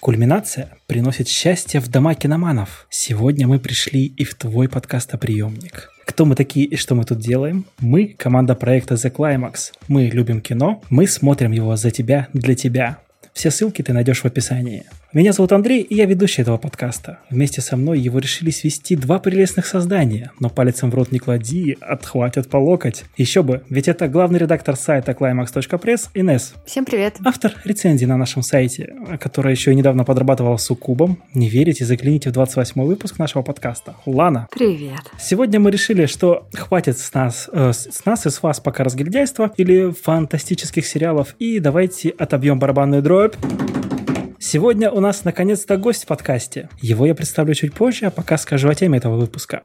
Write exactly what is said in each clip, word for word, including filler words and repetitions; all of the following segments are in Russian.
Кульминация приносит счастье в дома киноманов. Сегодня мы пришли и в твой подкастоприемник. Кто мы такие и что мы тут делаем? Мы – команда проекта The Climax. Мы любим кино, мы смотрим его за тебя, для тебя. Все ссылки ты найдешь в описании. Меня зовут Андрей, и я ведущий этого подкаста. Вместе со мной его решили свести два прелестных создания, но палецом в рот не клади, отхватят по локоть. Еще бы, ведь это главный редактор сайта climax точка пресс Инесс. Всем привет. Автор рецензии на нашем сайте, которая еще и недавно подрабатывала суккубом. Не верите, загляните в двадцать восьмой выпуск нашего подкаста. Лана. Привет. Сегодня мы решили, что хватит с нас, э, с нас и с вас пока разгильдяйства или фантастических сериалов, и давайте отобьем барабанную дробь. Сегодня у нас наконец-то гость в подкасте. Его я представлю чуть позже, а пока скажу о теме этого выпуска.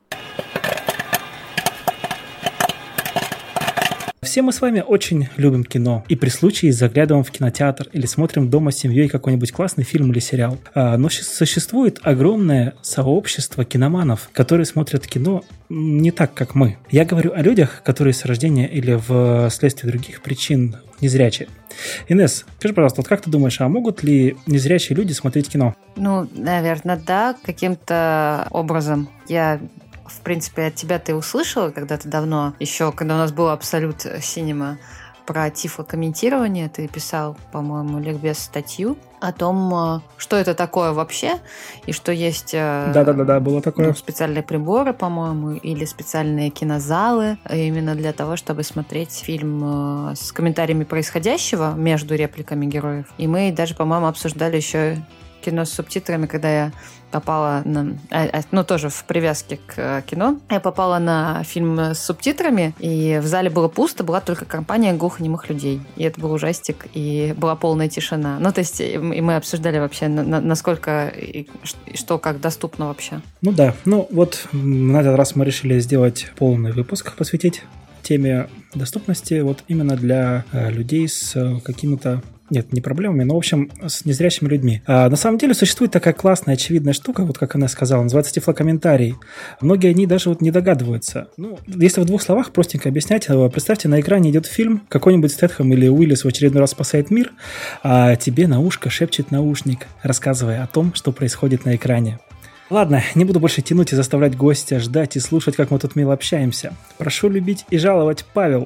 Все мы с вами очень любим кино, и при случае заглядываем в кинотеатр или смотрим дома с семьей какой-нибудь классный фильм или сериал. Но существует огромное сообщество киноманов, которые смотрят кино не так, как мы. Я говорю о людях, которые с рождения или вследствие других причин незрячие. Инесс, скажи, пожалуйста, вот как ты думаешь, а могут ли незрячие люди смотреть кино? Ну, наверное, да, каким-то образом. Я... В принципе, от тебя ты услышала когда-то давно, еще когда у нас был Абсолют Синема, про тифлокомментирование. Ты писал, по-моему, ликбез статью о том, что это такое вообще, и что есть да-да-да, было такое. Ну, специальные приборы, по-моему, или специальные кинозалы именно для того, чтобы смотреть фильм с комментариями происходящего между репликами героев. И мы даже, по-моему, обсуждали еще кино с субтитрами, когда я попала на... Ну, тоже в привязке к кино. Я попала на фильм с субтитрами, и в зале было пусто, была только компания глухонемых людей. И это был ужастик, и была полная тишина. Ну, то есть, и мы обсуждали вообще, насколько и что как доступно вообще. Ну да. Ну, вот на этот раз мы решили сделать полный выпуск, посвятить теме доступности вот именно для людей с какими-то Нет, не проблемами, но, в общем, с незрячими людьми. А, на самом деле существует такая классная, очевидная штука, вот как она сказала, называется тифлокомментарий. Многие они даже вот не догадываются. Ну, если в двух словах простенько объяснять, представьте, на экране идет фильм, какой-нибудь Стэтхэм или Уиллис в очередной раз спасает мир, а тебе на ушко шепчет наушник, рассказывая о том, что происходит на экране. Ладно, не буду больше тянуть и заставлять гостя ждать и слушать, как мы тут мило общаемся. Прошу любить и жаловать, Павел.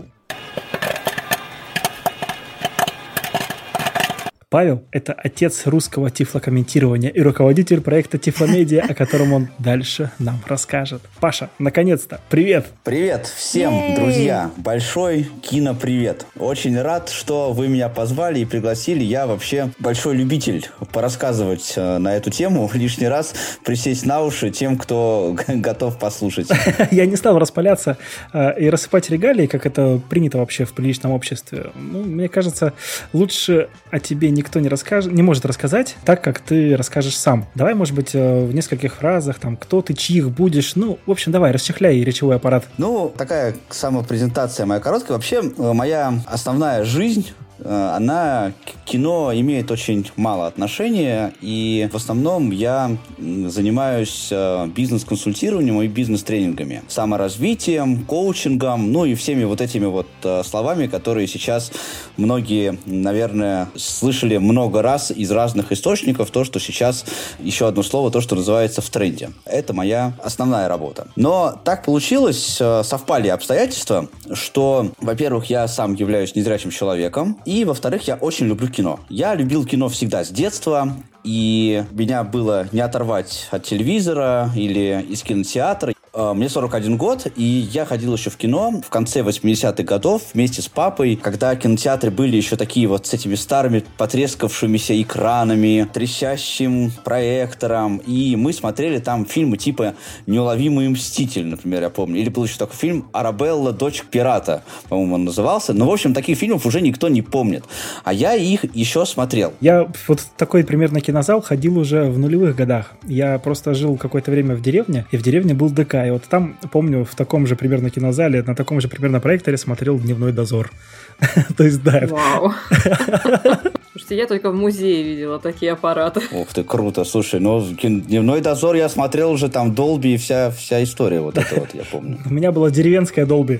Павел – это отец русского тифлокомментирования и руководитель проекта Тифломедиа, о котором он дальше нам расскажет. Паша, наконец-то, привет! Привет всем, Е-е-е. друзья! Большой кинопривет! Очень рад, что вы меня позвали и пригласили. Я вообще большой любитель порассказывать на эту тему, лишний раз присесть на уши тем, кто готов послушать. Я не стал распаляться и рассыпать регалии, как это принято вообще в приличном обществе. Ну, мне кажется, лучше о тебе никто не расскажет, не может рассказать так, как ты расскажешь сам. Давай, может быть, в нескольких фразах, там, кто ты, чьих будешь. Ну, в общем, давай, расчехляй речевой аппарат. Ну, такая самопрезентация моя короткая. Вообще, моя основная жизнь, она к кино имеет очень мало отношения, и в основном я занимаюсь бизнес-консультированием и бизнес-тренингами, саморазвитием, коучингом, ну и всеми вот этими вот словами, которые сейчас многие, наверное, слышали много раз из разных источников, то, что сейчас еще одно слово, то, что называется в тренде. Это моя основная работа. Но так получилось, совпали обстоятельства, что, во-первых, я сам являюсь незрячим человеком, и, во-вторых, я очень люблю кино. Я любил кино всегда с детства, и меня было не оторвать от телевизора или из кинотеатра. Мне сорок один год, и я ходил еще в кино в конце восьмидесятых годов вместе с папой, когда кинотеатры были еще такие вот с этими старыми потрескавшимися экранами, трещащим проектором, и мы смотрели там фильмы типа «Неуловимый мститель», например, я помню, или был еще такой фильм «Арабелла, дочь пирата», по-моему, он назывался, но, в общем, таких фильмов уже никто не помнит, а я их еще смотрел. Я вот в такой примерно кинозал ходил уже в нулевых годах. Я просто жил какое-то время в деревне, и в деревне был ДК. И вот там, помню, в таком же примерно кинозале, на таком же примерно проекторе смотрел «Дневной дозор». То есть, да. Вау. Слушайте, я только в музее видела такие аппараты. Ух ты, круто. Слушай, ну, «Дневной дозор» я смотрел уже, там, Долби и вся, вся история вот это вот, я помню. У меня была деревенская Долби.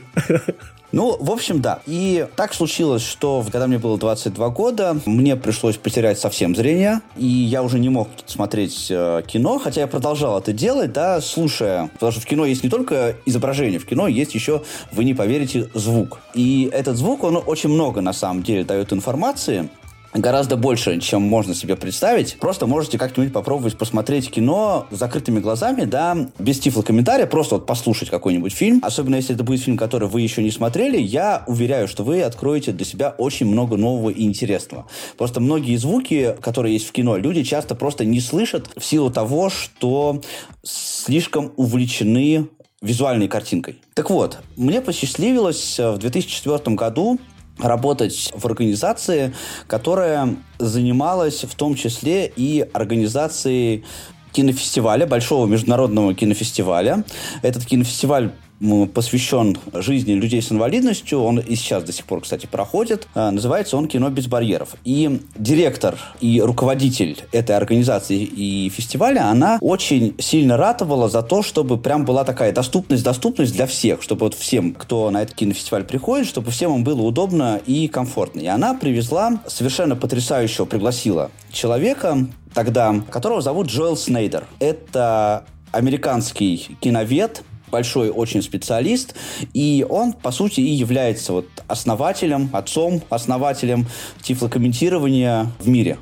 Ну, в общем, да. И так случилось, что когда мне было двадцать два года, мне пришлось потерять совсем зрение, и я уже не мог смотреть э, кино, хотя я продолжал это делать, да, слушая. Потому что в кино есть не только изображение, в кино есть еще, вы не поверите, звук. И этот звук, он очень много, на самом деле, дает информации. Гораздо больше, чем можно себе представить. Просто можете как-нибудь попробовать посмотреть кино с закрытыми глазами, да, без тифлокомментария, просто вот послушать какой-нибудь фильм. Особенно если это будет фильм, который вы еще не смотрели, я уверяю, что вы откроете для себя очень много нового и интересного. Просто многие звуки, которые есть в кино, люди часто просто не слышат в силу того, что слишком увлечены визуальной картинкой. Так вот, мне посчастливилось в две тысячи четвёртом году работать в организации, которая занималась в том числе и организацией кинофестиваля, большого международного кинофестиваля. Этот кинофестиваль посвящен жизни людей с инвалидностью. Он и сейчас до сих пор, кстати, проходит. Называется он «Кино без барьеров». И директор и руководитель этой организации и фестиваля, она очень сильно ратовала за то, чтобы прям была такая доступность, доступность для всех, чтобы вот всем, кто на этот кинофестиваль приходит, чтобы всем им было удобно и комфортно. И она привезла совершенно потрясающего, пригласила человека тогда, которого зовут Джоэл Снейдер. Это американский киновед, большой очень специалист, и он, по сути, и является вот основателем, отцом-основателем тифлокомментирования в мире.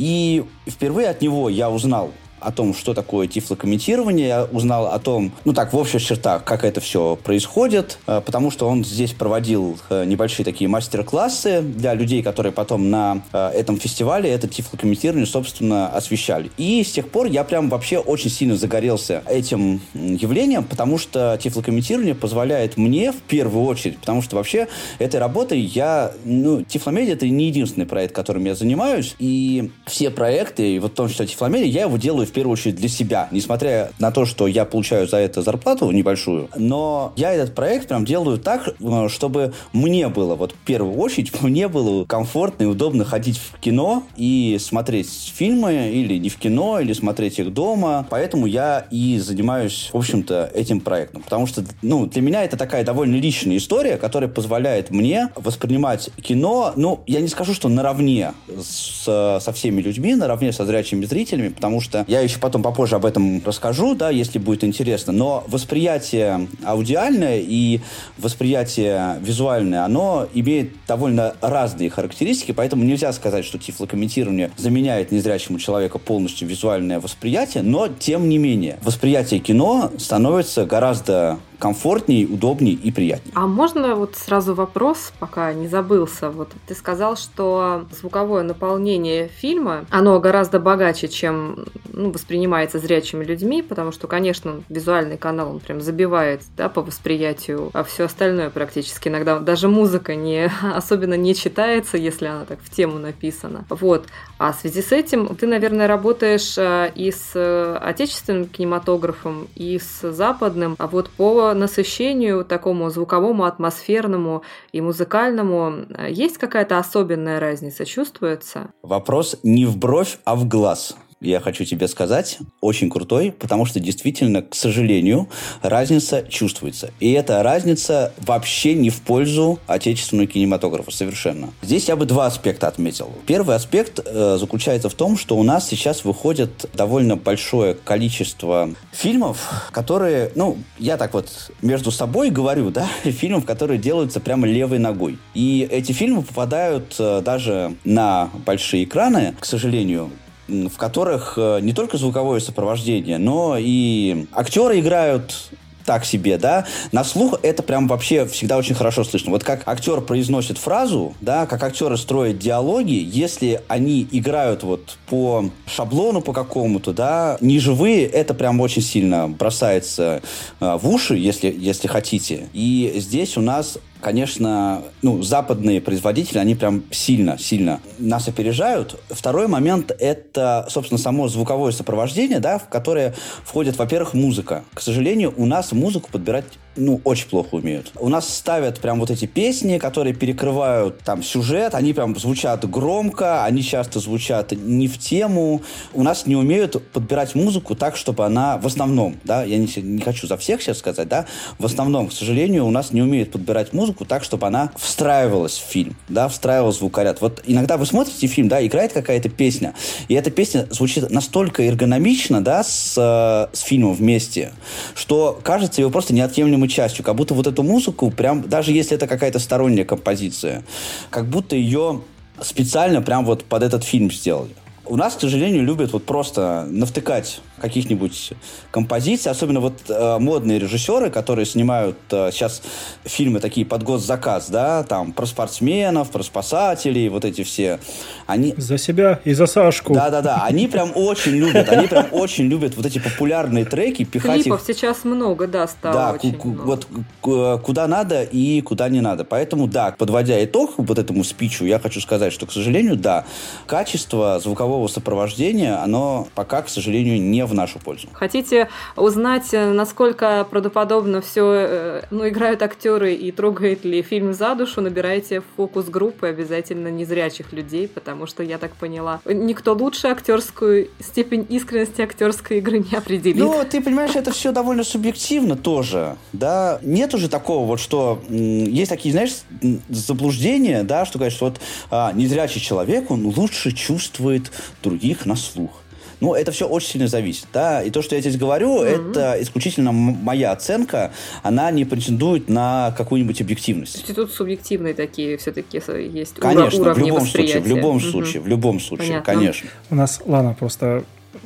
И впервые от него я узнал о том, что такое тифлокомментирование, я узнал о том, ну так, в общих чертах, как это все происходит, потому что он здесь проводил небольшие такие мастер-классы для людей, которые потом на этом фестивале это тифлокомментирование, собственно, освещали. И с тех пор я прям вообще очень сильно загорелся этим явлением, потому что тифлокомментирование позволяет мне в первую очередь, потому что вообще этой работой я, ну, Тифломедиа — это не единственный проект, которым я занимаюсь, и все проекты, и вот в том числе Тифломедиа, я его делаю в первую очередь для себя, несмотря на то, что я получаю за это зарплату небольшую, но я этот проект прям делаю так, чтобы мне было, вот в первую очередь, мне было комфортно и удобно ходить в кино и смотреть фильмы, или не в кино, или смотреть их дома, поэтому я и занимаюсь, в общем-то, этим проектом, потому что, ну, для меня это такая довольно личная история, которая позволяет мне воспринимать кино, ну, я не скажу, что наравне с, со всеми людьми, наравне со зрячими зрителями, потому что я еще потом попозже об этом расскажу, да, если будет интересно. Но восприятие аудиальное и восприятие визуальное, оно имеет довольно разные характеристики, поэтому нельзя сказать, что тифлокомментирование заменяет незрячему человеку полностью визуальное восприятие, но, тем не менее, восприятие кино становится гораздо комфортнее, удобнее и приятнее. А можно вот сразу вопрос, пока не забылся? Вот ты сказал, что звуковое наполнение фильма, оно гораздо богаче, чем, ну, воспринимается зрячими людьми, потому что, конечно, визуальный канал, он прям забивает, да, по восприятию, а все остальное практически иногда, даже музыка не, особенно не читается, если она так в тему написана. Вот. А в связи с этим ты, наверное, работаешь и с отечественным кинематографом, и с западным, а вот по насыщению такому звуковому, атмосферному и музыкальному есть какая-то особенная разница, чувствуется? Вопрос не в бровь, а в глаз. Я хочу тебе сказать, очень крутой, потому что действительно, к сожалению, разница чувствуется. И эта разница вообще не в пользу отечественного кинематографа совершенно. Здесь я бы два аспекта отметил. Первый аспект э, заключается в том, что у нас сейчас выходит довольно большое количество фильмов, которые, ну, я так вот между собой говорю, да, фильмов, которые делаются прямо левой ногой. И эти фильмы попадают э, даже на большие экраны, к сожалению, в которых не только звуковое сопровождение, но и актеры играют так себе, да, на слух это прям вообще всегда очень хорошо слышно. Вот как актер произносит фразу, да, как актеры строят диалоги, если они играют вот по шаблону по какому-то, да, неживые, это прям очень сильно бросается э, в уши, если, если хотите. И здесь у нас, конечно, ну, западные производители, они прям сильно-сильно нас опережают. Второй момент – это, собственно, само звуковое сопровождение, да, в которое входит, во-первых, музыка. К сожалению, у нас музыку подбирать ну, очень плохо умеют. У нас ставят прям вот эти песни, которые перекрывают там сюжет, они прям звучат громко, они часто звучат не в тему. У нас не умеют подбирать музыку так, чтобы она в основном, да, я не, не хочу за всех сейчас сказать, да, в основном, к сожалению, у нас не умеют подбирать музыку так, чтобы она встраивалась в фильм, да, встраивалась в звукоряд. Вот иногда вы смотрите фильм, да, играет какая-то песня, и эта песня звучит настолько эргономично, да, с, с фильмом вместе, что кажется его просто неотъемлемой частью, как будто вот эту музыку, прям, даже если это какая-то сторонняя композиция, как будто ее специально прям вот под этот фильм сделали. У нас, к сожалению, любят вот просто навтыкать каких-нибудь композиций, особенно вот э, модные режиссеры, которые снимают э, сейчас фильмы такие под госзаказ, да, там, про спортсменов, про спасателей, вот эти все. Они... За себя и за Сашку. Да-да-да, они прям очень любят, они прям очень любят вот эти популярные треки, пихать Клипов их... сейчас много, да, стало Да, очень ку- много. вот ку- куда надо и куда не надо. Поэтому, да, подводя итог вот этому спичу, я хочу сказать, что, к сожалению, да, качество звукового сопровождения, оно пока, к сожалению, не в нашу пользу. Хотите узнать, насколько правдоподобно все, ну, играют актеры и трогает ли фильм за душу, набирайте фокус-группы обязательно незрячих людей, потому что, я так поняла, никто лучше актерскую степень искренности актерской игры не определит. Ну, ты понимаешь, это все довольно субъективно тоже, да. Нет уже такого вот, что м, есть такие, знаешь, заблуждения, да, что говорят, что вот а, незрячий человек, он лучше чувствует других на слух. Ну, это все очень сильно зависит, да, и то, что я здесь говорю, mm-hmm. это исключительно м- моя оценка, она не претендует на какую-нибудь объективность. То есть тут субъективные такие все-таки есть конечно, ура- уровни в любом восприятия. случае, в любом mm-hmm. случае, в любом случае, Понятно. конечно. У нас, Лана, просто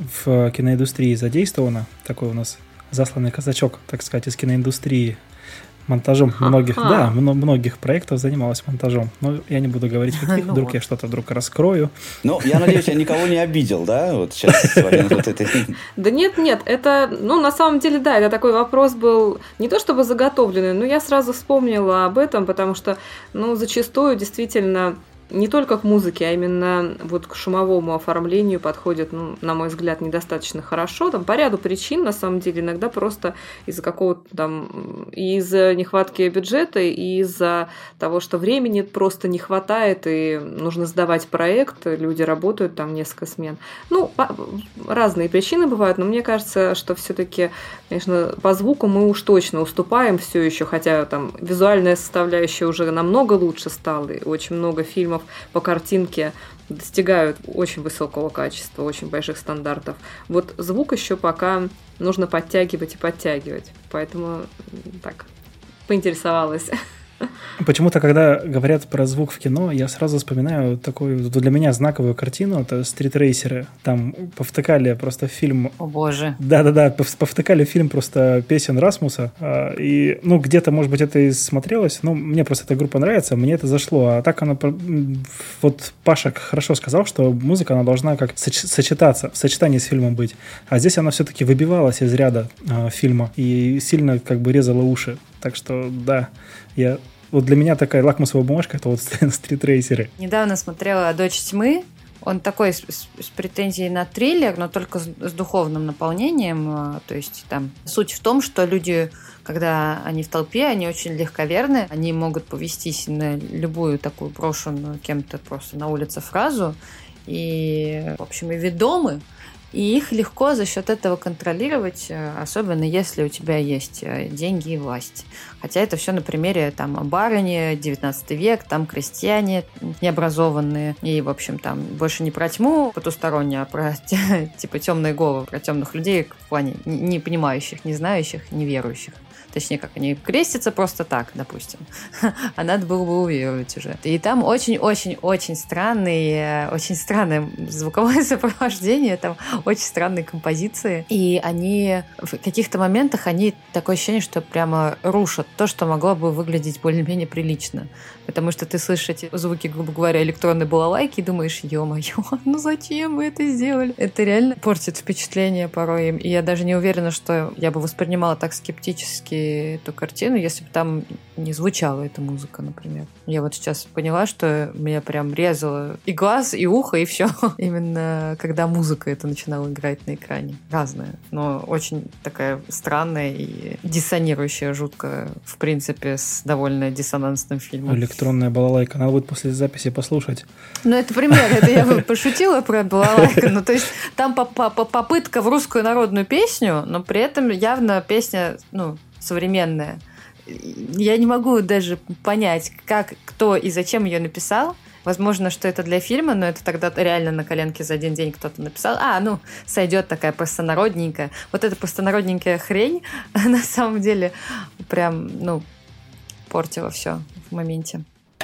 в киноиндустрии задействована, такой у нас засланный казачок, так сказать, из киноиндустрии, монтажом Ха-ха. многих, да, многих проектов занималась монтажом. Но я не буду говорить, каких, Ну вдруг вот. я что-то вдруг раскрою. Ну, я надеюсь, я никого не обидел, да, вот сейчас с вами вот этой... Да нет, нет, это, ну, на самом деле, да, это такой вопрос был не то чтобы заготовленный, но я сразу вспомнила об этом, потому что, ну, зачастую действительно не только к музыке, а именно вот к шумовому оформлению подходит, ну, на мой взгляд, недостаточно хорошо. Там по ряду причин, на самом деле, иногда просто из-за какого-то там, и из-за нехватки бюджета, и из-за того, что времени просто не хватает, и нужно сдавать проект, люди работают там несколько смен. Ну, по- разные причины бывают, но мне кажется, что все-таки, конечно, по звуку мы уж точно уступаем все еще, хотя там визуальная составляющая уже намного лучше стала, и очень много фильмов по картинке достигают очень высокого качества, очень больших стандартов. Вот звук еще пока нужно подтягивать и подтягивать. Поэтому так, поинтересовалась. Почему-то, когда говорят про звук в кино, я сразу вспоминаю такую для меня знаковую картину, это «Стритрейсеры». Там повтыкали просто фильм... О боже. Да-да-да, пов- повтыкали фильм просто песен Расмуса. а, И, ну, где-то, может быть, это и смотрелось. Ну, мне просто эта группа нравится, мне это зашло. А так она... про- м, Вот Паша хорошо сказал, что музыка, она должна как соч- сочетаться, в сочетании с фильмом быть. А здесь она все-таки выбивалась из ряда а, фильма и сильно как бы резала уши. Так что, да, я... Вот для меня такая лакмусовая бумажка — это вот «Стритрейсеры». Недавно смотрела «Дочь тьмы». Он такой с, с- с претензией на триллер, но только с, с духовным наполнением. а, То есть там суть в том, что люди, когда они в толпе, они очень легковерны. Они могут повестись на любую такую брошенную кем-то просто на улице фразу. И, в общем, и ведомы. И их легко за счет этого контролировать, э, особенно если у тебя есть э, деньги и власть. Хотя это все на примере там барыни, девятнадцатый век, там крестьяне необразованные. И, в общем, там больше не про тьму потустороннюю, а про типа темные головы, про темных людей в плане не понимающих, не знающих, не верующих. Точнее, как они крестятся просто так, допустим. А надо было бы уверовать уже. И там очень-очень-очень странные, очень странное звуковое сопровождение, там очень странные композиции. И они в каких-то моментах, они такое ощущение, что прямо рушат то, что могло бы выглядеть более-менее прилично. Потому что ты слышишь эти звуки, грубо говоря, электронной балалайки и думаешь, ё-моё, ну зачем вы это сделали? Это реально портит впечатление порой. И я даже не уверена, что я бы воспринимала так скептически эту картину, если бы там не звучала эта музыка, например. Я вот сейчас поняла, что меня прям резало и глаз, и ухо, и все. Именно когда музыка это начинала играть на экране. Разная, но очень такая странная и диссонирующая жутко, в принципе, с довольно диссонансным фильмом. Электронная балалайка. Надо будет после записи послушать. Ну, это пример. Это я пошутила про балалайку. Ну, то есть там попытка в русскую народную песню, но при этом явно песня, ну, современная. Я не могу даже понять, как, кто и зачем ее написал. Возможно, что это для фильма, но это тогда реально на коленке за один день кто-то написал. А, ну, сойдет такая простонародненькая. Вот эта простонародненькая хрень на самом деле прям, ну, портила все в моменте.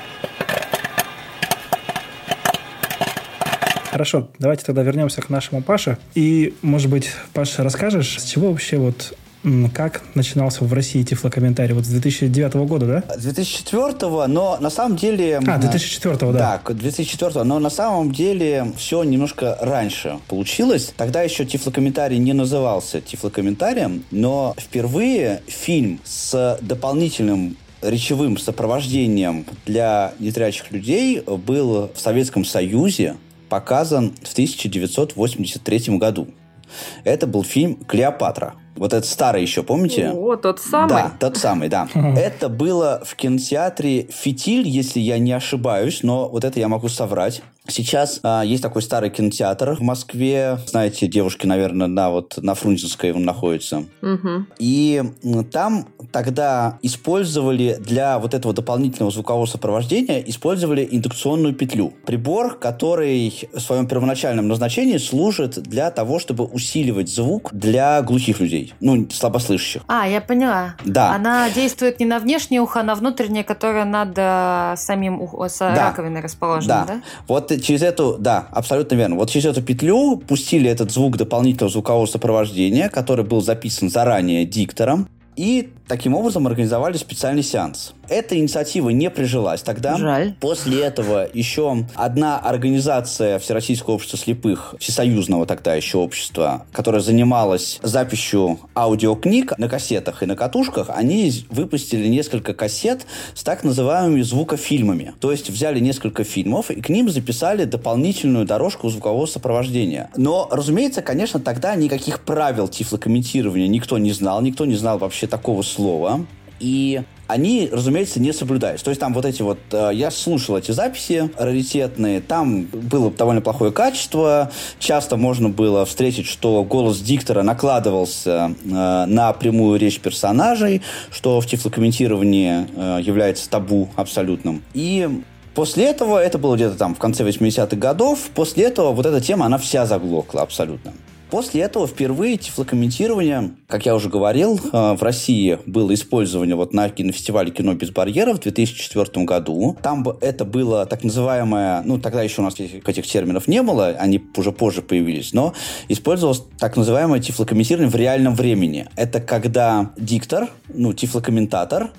Хорошо, давайте тогда вернемся к нашему Паше. И, может быть, Паша, расскажешь, с чего вообще вот, как начинался в России тифлокомментарий? Вот с две тысячи девятого года, да? две тысячи четвёртого, но на самом деле... А, две тысячи четвёртого, да. Да, две тысячи четвёртого, но на самом деле все немножко раньше получилось. Тогда еще тифлокомментарий не назывался тифлокомментарием, но впервые фильм с дополнительным речевым сопровождением для незрячих людей был в Советском Союзе показан в тысяча девятьсот восемьдесят третьем году. Это был фильм «Клеопатра». Вот этот старый еще, помните? О, тот самый? Да, тот самый, да. Это было в кинотеатре «Фитиль», если я не ошибаюсь, но вот это я могу соврать. Сейчас а, есть такой старый кинотеатр в Москве. Знаете, девушки, наверное, на, вот, на Фрунзенской он находится. Угу. И там тогда использовали для вот этого дополнительного звукового сопровождения использовали индукционную петлю. Прибор, который в своем первоначальном назначении служит для того, чтобы усиливать звук для глухих людей, ну, слабослышащих. А, я поняла. Да. Она действует не на внешнее ухо, а на внутреннее, которое над а, самим ухом, с да. раковиной расположено, да? Да. Вот через эту, да, абсолютно верно. Вот через эту петлю пустили этот звук дополнительного звукового сопровождения, который был записан заранее диктором, и таким образом организовали специальный сеанс. Эта инициатива не прижилась тогда. Жаль. После этого еще одна организация Всероссийского общества слепых, всесоюзного тогда еще общества, которая занималась записью аудиокниг на кассетах и на катушках, они выпустили несколько кассет с так называемыми звукофильмами. То есть взяли несколько фильмов и к ним записали дополнительную дорожку звукового сопровождения. Но, разумеется, конечно, тогда никаких правил тифлокомментирования никто не знал, никто не знал вообще такого слова. И они, разумеется, не соблюдались. То есть там вот эти вот... Э, я слушал эти записи раритетные, там было довольно плохое качество. Часто можно было встретить, что голос диктора накладывался э, на прямую речь персонажей, что в тифлокомментировании э, является табу абсолютным. И после этого, это было где-то там в конце восьмидесятых годов, после этого вот эта тема, она вся заглохла абсолютно. После этого впервые тифлокомментирование, как я уже говорил, в России было использование вот на кинофестивале «Кино без барьеров» в две тысячи четвёртом году. Там это было так называемое, ну тогда еще у нас этих, этих терминов не было, они уже позже появились, но использовалось так называемое тифлокомментирование в реальном времени. Это когда диктор, ну тифлокомментатор,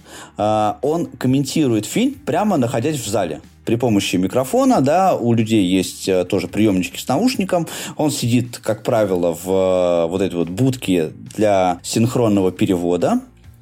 он комментирует фильм, прямо находясь в зале. При помощи микрофона, да, у людей есть э, тоже приемнички с наушником. Он сидит, как правило, в э, вот этой вот будке для синхронного перевода.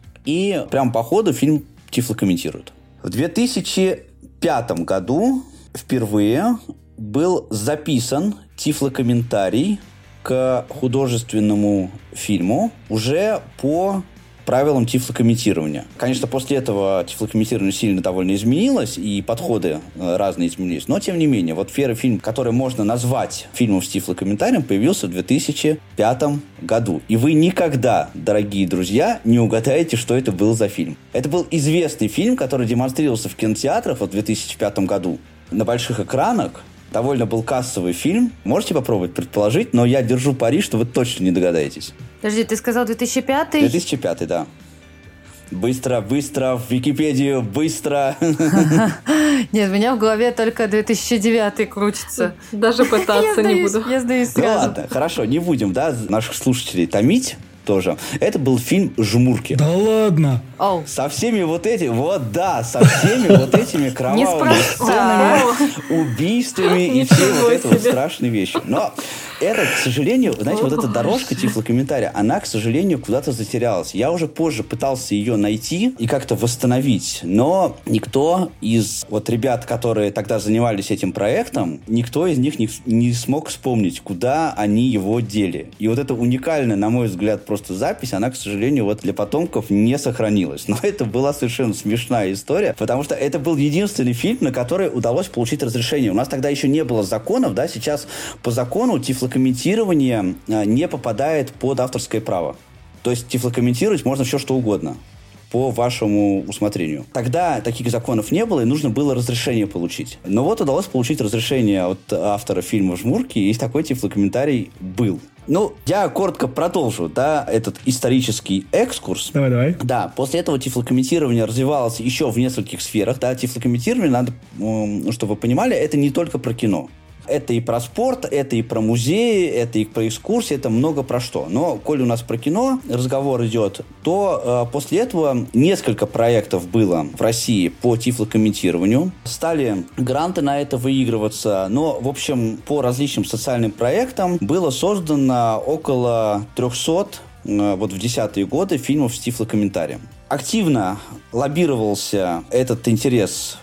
И прям по ходу фильм тифлокомментирует. В две тысячи пятом году впервые был записан тифлокомментарий к художественному фильму уже по правилам тифлокомментирования. Конечно, после этого тифлокомментирование сильно довольно изменилось, и подходы разные изменились, но тем не менее, вот первый фильм, который можно назвать фильмом с тифлокомментарием, появился в две тысячи пятом году. И вы никогда, дорогие друзья, не угадаете, что это был за фильм. Это был известный фильм, который демонстрировался в кинотеатрах в две тысячи пятом году на больших экранах. Довольно был кассовый фильм. Можете попробовать предположить, но я держу пари, что вы точно не догадаетесь. Подожди, ты сказал две тысячи пятый? две тысячи пятый, да. Быстро, быстро, в Википедию, быстро. Нет, у меня в голове только две тысячи девятый крутится. Даже пытаться не буду. Я сдаюсь сразу. Ну ладно, хорошо, не будем, да, наших слушателей томить. Тоже. Это был фильм «Жмурки». Да ладно? Oh. Со всеми вот этими, вот да, со всеми вот этими кровавыми сценами, убийствами и все вот это вот страшные вещи. Но это, к сожалению, знаете, вот эта дорожка тифлокомментария, она, к сожалению, куда-то затерялась. Я уже позже пытался ее найти и как-то восстановить, но никто из вот ребят, которые тогда занимались этим проектом, никто из них не, не смог вспомнить, куда они его дели. И вот эта уникальная, на мой взгляд, просто запись, она, к сожалению, вот для потомков не сохранилась. Но это была совершенно смешная история, потому что это был единственный фильм, на который удалось получить разрешение. У нас тогда еще не было законов, да, сейчас по закону тифлокомментирование не попадает под авторское право. То есть тифлокомментировать можно все, что угодно по вашему усмотрению. Тогда таких законов не было, и нужно было разрешение получить. Но вот удалось получить разрешение от автора фильма «Жмурки», и такой тифлокомментарий был. Ну, я коротко продолжу, да, этот исторический экскурс. Давай, давай. Да, после этого тифлокомментирование развивалось еще в нескольких сферах. Да, тифлокомментирование, надо, ну, чтобы вы понимали, это не только про кино. Это и про спорт, это и про музеи, это и про экскурсии, это много про что. Но, коль у нас про кино разговор идет, то э, после этого несколько проектов было в России по тифлокомментированию. Стали гранты на это выигрываться. Но, в общем, по различным социальным проектам было создано около трехсот, э, вот в десятые годы, фильмов с тифлокомментарием. Активно лоббировался этот интерес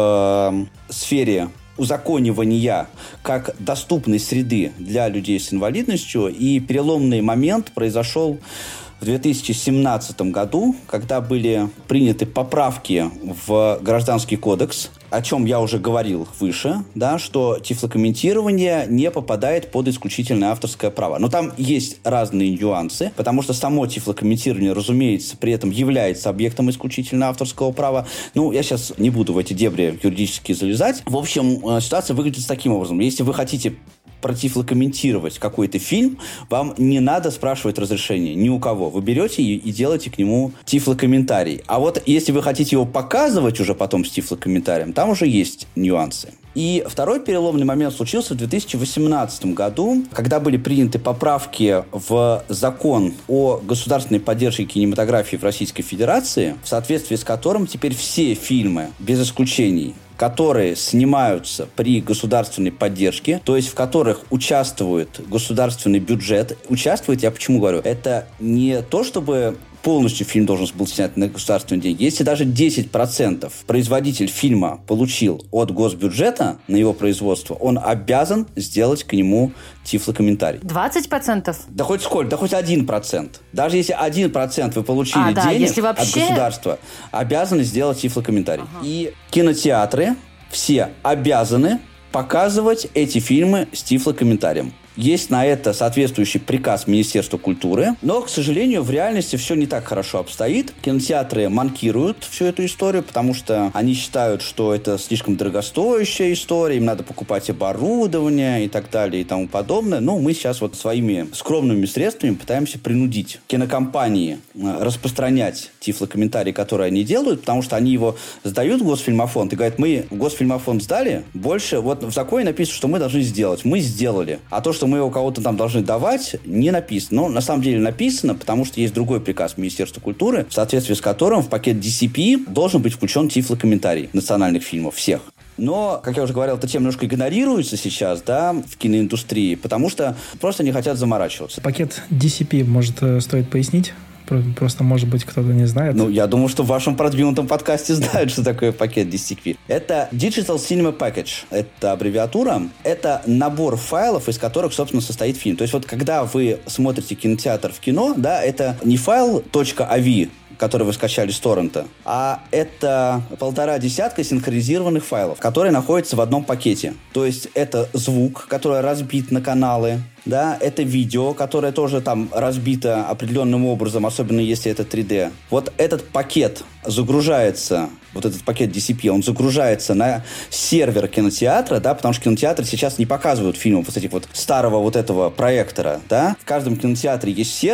в э, сфере узаконивания как доступной среды для людей с инвалидностью, и переломный момент произошел в две тысячи семнадцатом году, когда были приняты поправки в Гражданский кодекс, о чем я уже говорил выше, да, что тифлокомментирование не попадает под исключительное авторское право. Но там есть разные нюансы, потому что само тифлокомментирование, разумеется, при этом является объектом исключительного авторского права. Ну, я сейчас не буду в эти дебри юридически залезать. В общем, ситуация выглядит таким образом. Если вы хотите протифлокомментировать какой-то фильм, вам не надо спрашивать разрешения ни у кого. Вы берете и, и делаете к нему тифлокомментарий. А вот если вы хотите его показывать уже потом с тифлокомментарием, там уже есть нюансы. И второй переломный момент случился в две тысячи восемнадцатом году, когда были приняты поправки в закон о государственной поддержке кинематографии в Российской Федерации, в соответствии с которым теперь все фильмы, без исключений, которые снимаются при государственной поддержке, то есть в которых участвует государственный бюджет. Участвует, я почему говорю, это не то, чтобы полностью фильм должен был снять на государственные деньги. Если даже десять процентов производитель фильма получил от госбюджета на его производство, он обязан сделать к нему тифлокомментарий. двадцать процентов? Да хоть сколько? Да хоть один процент. Даже если один процент вы получили а, да, денег если вообще... от государства, обязаны сделать тифлокомментарий. Ага. И кинотеатры все обязаны показывать эти фильмы с тифлокомментарием. Есть на это соответствующий приказ Министерства культуры, но, к сожалению, в реальности все не так хорошо обстоит. Кинотеатры манкируют всю эту историю, потому что они считают, что это слишком дорогостоящая история, им надо покупать оборудование и так далее и тому подобное. Но мы сейчас вот своими скромными средствами пытаемся принудить кинокомпании распространять тифлокомментарий, который они делают, потому что они его сдают в Госфильмофонд и говорят, мы в Госфильмофонд сдали, больше вот в законе написано, что мы должны сделать. Мы сделали. А то, что мы его кого-то там должны давать, не написано. Но на самом деле написано, потому что есть другой приказ Министерства культуры, в соответствии с которым в пакет ди си пи должен быть включен тифлокомментарий национальных фильмов всех. Но, как я уже говорил, эта тема немножко игнорируется сейчас, да, в киноиндустрии, потому что просто не хотят заморачиваться. Пакет ди си пи, может, стоит пояснить? Просто, может быть, кто-то не знает. Ну, я думаю, что в вашем продвинутом подкасте знают, что такое пакет ди си пи. Это Digital Cinema Package. Это аббревиатура. Это набор файлов, из которых, собственно, состоит фильм. То есть вот когда вы смотрите кинотеатр в кино, да, это не файл .avi, который вы скачали с торрента, а это полтора десятка синхронизированных файлов, которые находятся в одном пакете. То есть это звук, который разбит на каналы, да, это видео, которое тоже там разбито определенным образом, особенно если это три дэ. Вот этот пакет загружается, вот этот пакет ди си пи, он загружается на сервер кинотеатра, да, потому что кинотеатры сейчас не показывают фильмов вот этих вот старого вот этого проектора, да. В каждом кинотеатре есть сервер,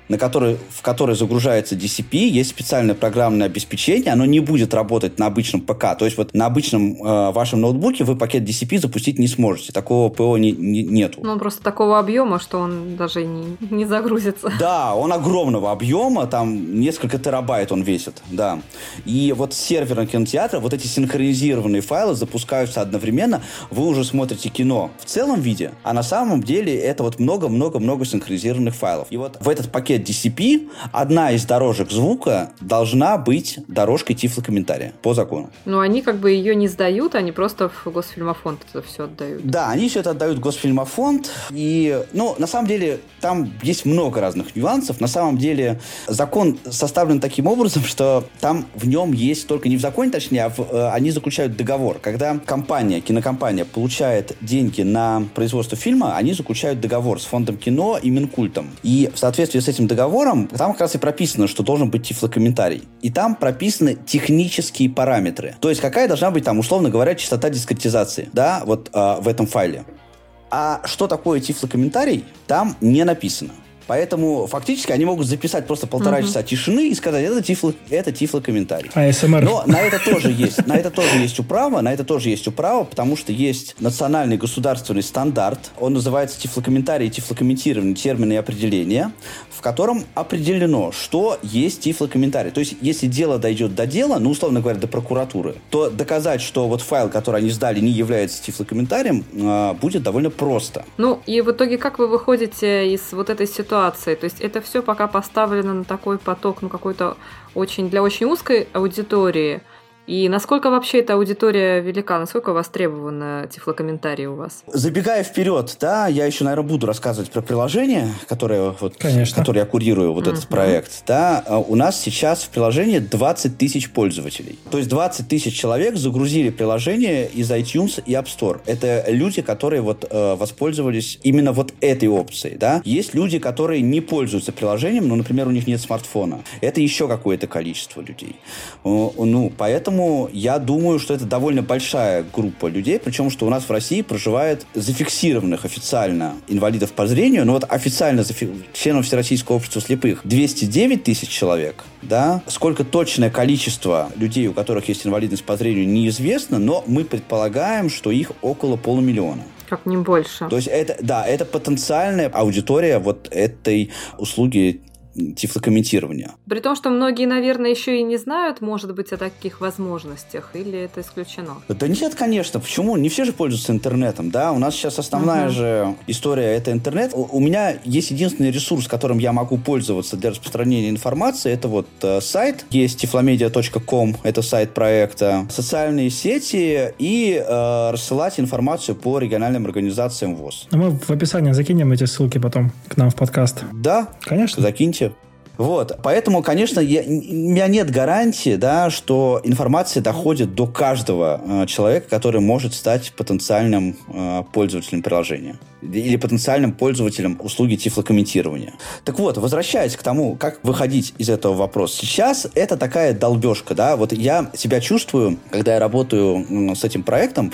на который, в который загружается ди си пи, есть специальное программное обеспечение, оно не будет работать на обычном ПК. То есть вот на обычном э, вашем ноутбуке вы пакет ди си пи запустить не сможете. Такого ПО не, не, нету. Ну, он просто такого объема, что он даже не, не загрузится. Да, он огромного объема, там несколько терабайт он весит, да. И вот с сервера кинотеатра вот эти синхронизированные файлы запускаются одновременно, вы уже смотрите кино в целом виде, а на самом деле это вот много-много-много синхронизированных файлов. И вот в этот пакет ди си пи одна из дорожек звука должна быть дорожкой тифлокомментария по закону. Но они как бы ее не сдают, они просто в Госфильмофонд это все отдают. Да, они все это отдают в Госфильмофонд. И, ну, на самом деле, там есть много разных нюансов. На самом деле, закон составлен таким образом, что там в нем есть, только не в законе, точнее, а в, э, они заключают договор. Когда компания, кинокомпания получает деньги на производство фильма, они заключают договор с фондом кино и Минкультом. И в соответствии с этим договором, там как раз и прописано, что должен быть тифлокомментарий. И там прописаны технические параметры. То есть, какая должна быть там, условно говоря, частота дискретизации, да, вот э, в этом файле. А что такое тифлокомментарий, там не написано. Поэтому фактически они могут записать просто полтора uh-huh. часа тишины и сказать, это, тифло, это тифлокомментарий. А эс эм эр. Но на это тоже есть, на это тоже есть управа, на это тоже есть управа, потому что есть национальный государственный стандарт, он называется тифлокомментарий и тифлокомментирование, термины и определения, в котором определено, что есть тифлокомментарий. То есть, если дело дойдет до дела, ну, условно говоря, до прокуратуры, то доказать, что вот файл, который они сдали, не является тифлокомментарием, будет довольно просто. Ну, и в итоге как вы выходите из вот этой ситуации? То есть это все пока поставлено на такой поток, ну, какой-то очень, для очень узкой аудитории. И насколько вообще эта аудитория велика, насколько востребованы тифлокомментарии у вас? Забегая вперед, да, я еще, наверное, буду рассказывать про приложение, которое, вот, которое я курирую, вот mm-hmm. этот проект. Да, у нас сейчас в приложении двадцать тысяч пользователей. То есть двадцать тысяч человек загрузили приложение из iTunes и App Store. Это люди, которые вот, воспользовались именно вот этой опцией. Да. Есть люди, которые не пользуются приложением, но, например, у них нет смартфона. Это еще какое-то количество людей. Ну, поэтому я думаю, что это довольно большая группа людей, причем, что у нас в России проживает зафиксированных официально инвалидов по зрению, но вот официально зафи... членов Всероссийского общества слепых двести девять тысяч человек, да, сколько точное количество людей, у которых есть инвалидность по зрению, неизвестно, но мы предполагаем, что их около полумиллиона. Как не больше. То есть это, да, это потенциальная аудитория вот этой услуги тифлокомментирования. При том, что многие, наверное, еще и не знают, может быть, о таких возможностях, или это исключено? Да нет, конечно. Почему? Не все же пользуются интернетом, да? У нас сейчас основная uh-huh. же история – это интернет. У, у меня есть единственный ресурс, которым я могу пользоваться для распространения информации. Это вот э, сайт. Есть тифломедиа точка ком, это сайт проекта. Социальные сети и э, рассылать информацию по региональным организациям ВОС. А мы в описании закинем эти ссылки потом к нам в подкаст. Да, конечно. Закиньте. Вот, поэтому, конечно, я, у меня нет гарантии, да, что информация доходит до каждого э, человека, который может стать потенциальным э, пользователем приложения или потенциальным пользователем услуги тифлокомментирования. Так вот, возвращаясь к тому, как выходить из этого вопроса. Сейчас это такая долбежка, да, вот я себя чувствую, когда я работаю ну, с этим проектом,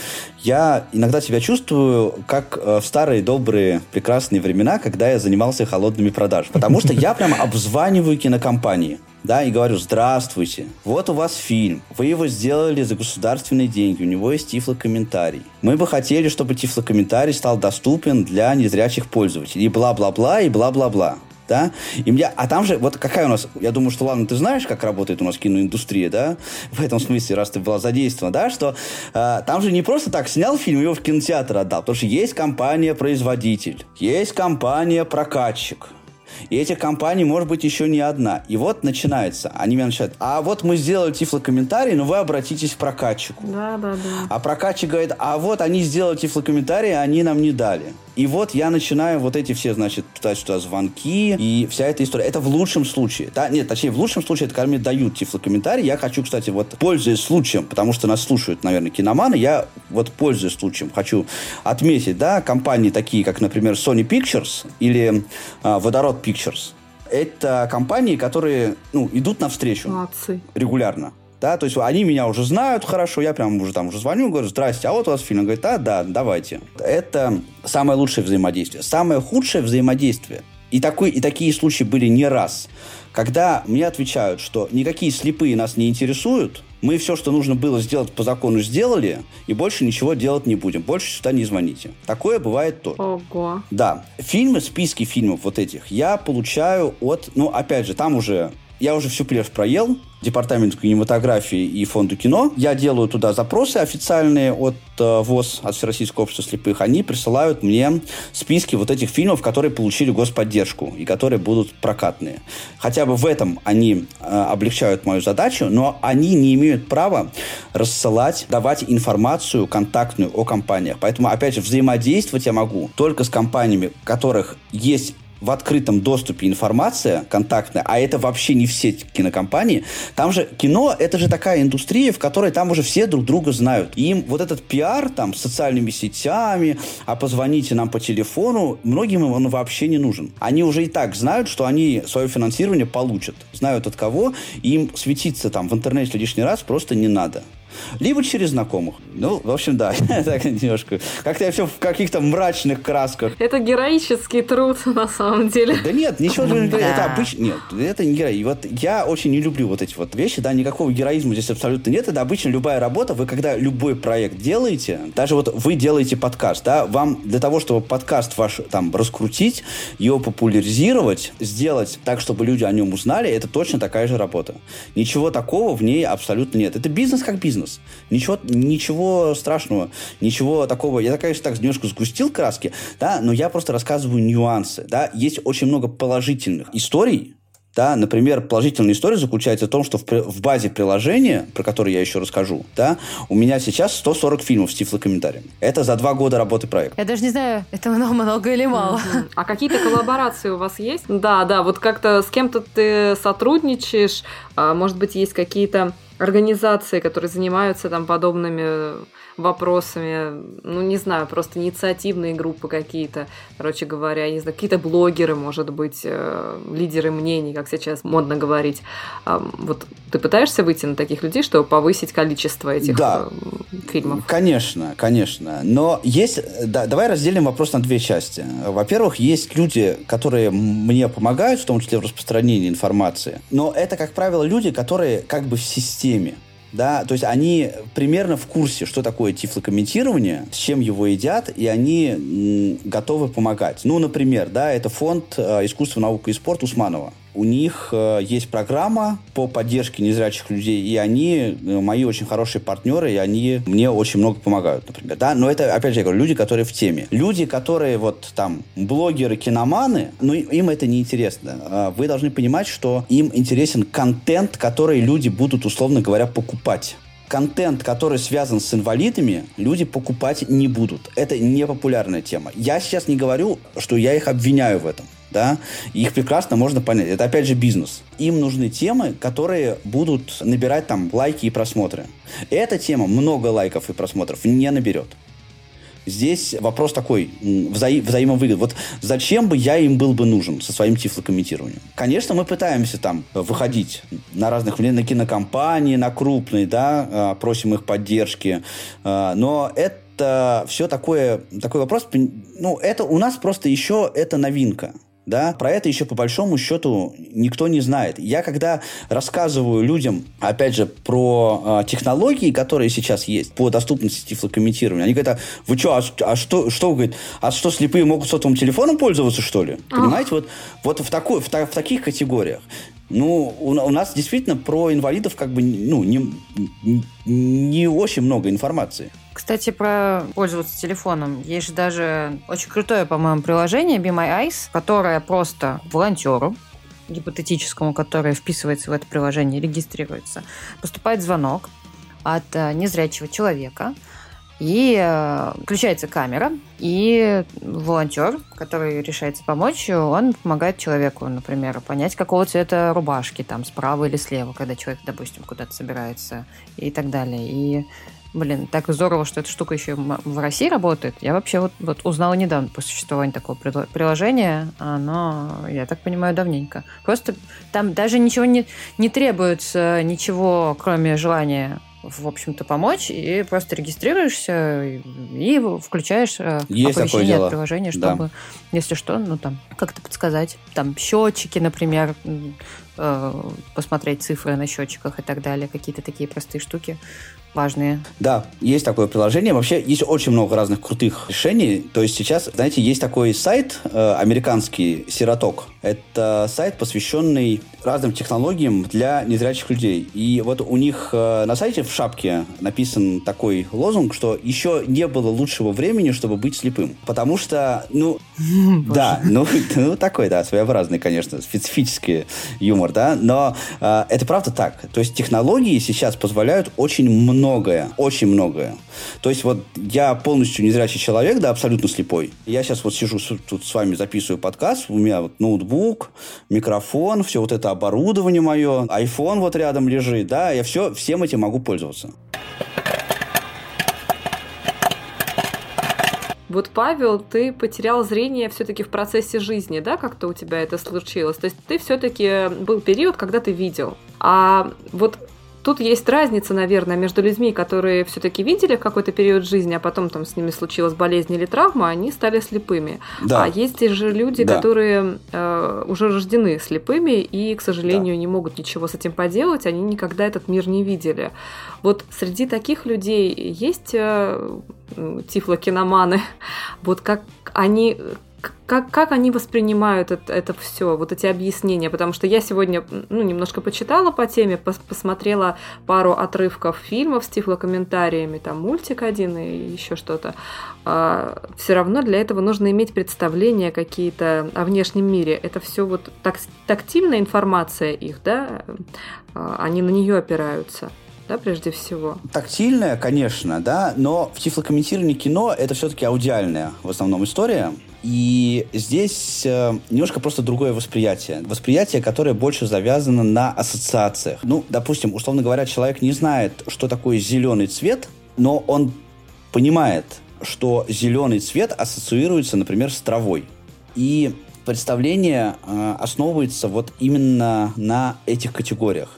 я иногда себя чувствую, как э, в старые добрые прекрасные времена, когда я занимался холодными продажами, потому что я прям обзваниваю кинокомпании, да, и говорю: здравствуйте, вот у вас фильм, вы его сделали за государственные деньги, у него есть тифлокомментарий. Мы бы хотели, чтобы тифлокомментарий стал доступен для незрячих пользователей, и бла-бла-бла, и бла-бла-бла. Да? И меня, а там же, вот какая у нас, я думаю, что, ладно, ты знаешь, как работает у нас киноиндустрия, да, в этом смысле, раз ты была задействована, да, что э, там же не просто так снял фильм, его в кинотеатр отдал, потому что есть компания-производитель, есть компания-прокатчик. И этих компаний может быть еще не одна. И вот начинается. Они меня начинают: а вот мы сделали тифлокомментарий, но вы обратитесь к прокатчику. Да, да, да. А прокатчик говорит: а вот они сделали тифлокомментарий, а они нам не дали. И вот я начинаю вот эти все, значит, туда-сюда звонки и вся эта история. Это в лучшем случае. Да? Нет, точнее, в лучшем случае это когда мне дают тифлокомментарий. Я хочу, кстати, вот, пользуясь случаем, потому что нас слушают, наверное, киноманы, я вот, пользуясь случаем, хочу отметить, да, компании такие, как, например, Sony Pictures или а, Водород Pictures. Это компании, которые, ну, идут навстречу. Молодцы. Регулярно. Да, то есть они меня уже знают хорошо, я прям уже там уже звоню, говорю: здрасте, а вот у вас фильм. Он говорит: а, да, давайте. Это самое лучшее взаимодействие. Самое худшее взаимодействие и, такой, и такие случаи были не раз, когда мне отвечают, что никакие слепые нас не интересуют, мы все, что нужно было сделать по закону, сделали, и больше ничего делать не будем. Больше сюда не звоните. Такое бывает тоже. Ого. Да. Фильмы, списки фильмов вот этих я получаю от... Ну, опять же, там уже... Я уже всю плешь проел, Департаменту кинематографии и Фонду кино. Я делаю туда запросы официальные от э, ВОС, от Всероссийского общества слепых. Они присылают мне списки вот этих фильмов, которые получили господдержку и которые будут прокатные. Хотя бы в этом они э, облегчают мою задачу, но они не имеют права рассылать, давать информацию контактную о компаниях. Поэтому, опять же, взаимодействовать я могу только с компаниями, у которых есть в открытом доступе информация контактная, а это вообще не все кинокомпании. Там же кино, это же такая индустрия, в которой там уже все друг друга знают. И им вот этот пиар там с социальными сетями, а позвоните нам по телефону, многим им он вообще не нужен. Они уже и так знают, что они свое финансирование получат. Знают от кого, и им светиться там в интернете лишний раз просто не надо. Либо через знакомых. Ну, в общем, да. Так немножко. Как-то я все в каких-то мрачных красках. Это героический труд, на самом деле. Да нет, ничего. Это обычно... Нет, это не героизм. Вот я очень не люблю вот эти вот вещи, да, никакого героизма здесь абсолютно нет. Это обычно любая работа. Вы когда любой проект делаете, даже вот вы делаете подкаст, да, вам для того, чтобы подкаст ваш там раскрутить, его популяризировать, сделать так, чтобы люди о нем узнали, это точно такая же работа. Ничего такого в ней абсолютно нет. Это бизнес как бизнес. Ничего, ничего страшного, ничего такого. Я, конечно, так немножко сгустил краски, да, но я просто рассказываю нюансы. Да. Есть очень много положительных историй. Да. Например, положительная история заключается в том, что в, в базе приложения, про которое я еще расскажу, да, у меня сейчас сто сорок фильмов с тифлокомментариями. Это за два года работы проекта. Я даже не знаю, это много или мало. Mm-hmm. А какие-то коллаборации у вас есть? Да, да, вот как-то с кем-то ты сотрудничаешь, может быть, есть какие-то организации, которые занимаются там подобными вопросами, ну, не знаю, просто инициативные группы какие-то, короче говоря, не знаю, какие-то блогеры, может быть, э, лидеры мнений, как сейчас модно говорить. А, вот ты пытаешься выйти на таких людей, чтобы повысить количество этих да, э, фильмов? Конечно, конечно. Но есть... Да, давай разделим вопрос на две части. Во-первых, есть люди, которые мне помогают, в том числе в распространении информации, но это, как правило, люди, которые как бы в системе. Да, то есть они примерно в курсе, что такое тифлокомментирование, с чем его едят, и они м, готовы помогать. Ну, например, да, это фонд э, «Искусство, наука и спорт» Усманова. У них э, есть программа по поддержке незрячих людей, и они э, мои очень хорошие партнеры, и они мне очень много помогают, например. Да? Но это, опять же, я говорю, люди, которые в теме. Люди, которые вот там блогеры, киноманы, ну, им это не интересно. Вы должны понимать, что им интересен контент, который люди будут, условно говоря, покупать. Контент, который связан с инвалидами, люди покупать не будут. Это не популярная тема. Я сейчас не говорю, что я их обвиняю в этом. Да? Их прекрасно можно понять. Это, опять же, бизнес. Им нужны темы, которые будут набирать там лайки и просмотры. Эта тема много лайков и просмотров не наберет. Здесь вопрос такой, вза- взаимовыгод. Вот зачем бы я им был бы нужен со своим тифлокомментированием? Конечно, мы пытаемся там выходить на разных, на кинокомпании, на крупные, да, просим их поддержки, но это это все такое, такой вопрос, ну, это у нас просто еще это новинка. Да? Про это еще по большому счету никто не знает. Я когда рассказываю людям, опять же, про э, технологии, которые сейчас есть по доступности тифлокомментирования, они говорят, а вы что, а, а что, что вы говорите, а что, слепые могут сотовым телефоном пользоваться, что ли? Ах. Понимаете, вот, вот в, такой, в, в таких категориях. Ну, у, у нас действительно про инвалидов как бы, ну, не, не очень много информации. Кстати, про пользоваться телефоном. Есть же даже очень крутое, по-моему, приложение Be My Eyes, которое просто волонтеру, гипотетическому, который вписывается в это приложение, регистрируется, поступает звонок от незрячего человека, и включается камера, и волонтер, который решается помочь, он помогает человеку, например, понять, какого цвета рубашки, там, справа или слева, когда человек, допустим, куда-то собирается, и так далее. И блин, так здорово, что эта штука еще в России работает. Я вообще вот, вот узнала недавно по существованию такого приложения, но, я так понимаю, давненько. Просто там даже ничего не, не требуется, ничего, кроме желания в общем-то, помочь, и просто регистрируешься и включаешь Есть оповещение от приложения, чтобы, да. если что, ну, там, как-то подсказать. Там счетчики, например, посмотреть цифры на счетчиках и так далее, какие-то такие простые штуки важные. Да, есть такое приложение. Вообще, есть очень много разных крутых решений. То есть сейчас, знаете, есть такой сайт э, американский «Сироток». Это сайт, посвященный разным технологиям для незрячих людей. И вот у них э, на сайте в шапке написан такой лозунг, что еще не было лучшего времени, чтобы быть слепым. Потому что, ну, да, ну, ну, такой, да, своеобразный, конечно, специфический юмор, да, но э, это правда так. То есть технологии сейчас позволяют очень многое, очень многое. То есть вот я полностью незрячий человек, да, абсолютно слепой. Я сейчас вот сижу тут с вами, записываю подкаст, у меня вот ноутбук, микрофон, все вот это оборудование мое, iPhone вот рядом лежит, да, я все, всем этим могу пользоваться. Вот, Павел, ты потерял зрение все-таки в процессе жизни, да, как-то у тебя это случилось? То есть ты все-таки был период, когда ты видел. А вот тут есть разница, наверное, между людьми, которые все-таки видели в какой-то период жизни, а потом там с ними случилась болезнь или травма, они стали слепыми. Да. А есть же люди, да. которые э, уже рождены слепыми и, к сожалению, да. не могут ничего с этим поделать, они никогда этот мир не видели. Вот среди таких людей есть э, тифлокиноманы, вот как они... Как, как они воспринимают это, это все, вот эти объяснения? Потому что я сегодня ну, немножко почитала по теме, пос, посмотрела пару отрывков фильмов с тифлокомментариями, там мультик один и еще что-то. А, все равно для этого нужно иметь представления какие-то о внешнем мире. Это все вот так, тактильная информация их, да? А, они на нее опираются. Да, прежде всего. Тактильная, конечно, да, но в тифлокомментировании кино это все-таки аудиальная в основном история. И здесь э, немножко просто другое восприятие. Восприятие, которое больше завязано на ассоциациях. Ну, допустим, условно говоря, человек не знает, что такое зеленый цвет, но он понимает, что зеленый цвет ассоциируется, например, с травой. И представление э, основывается вот именно на этих категориях.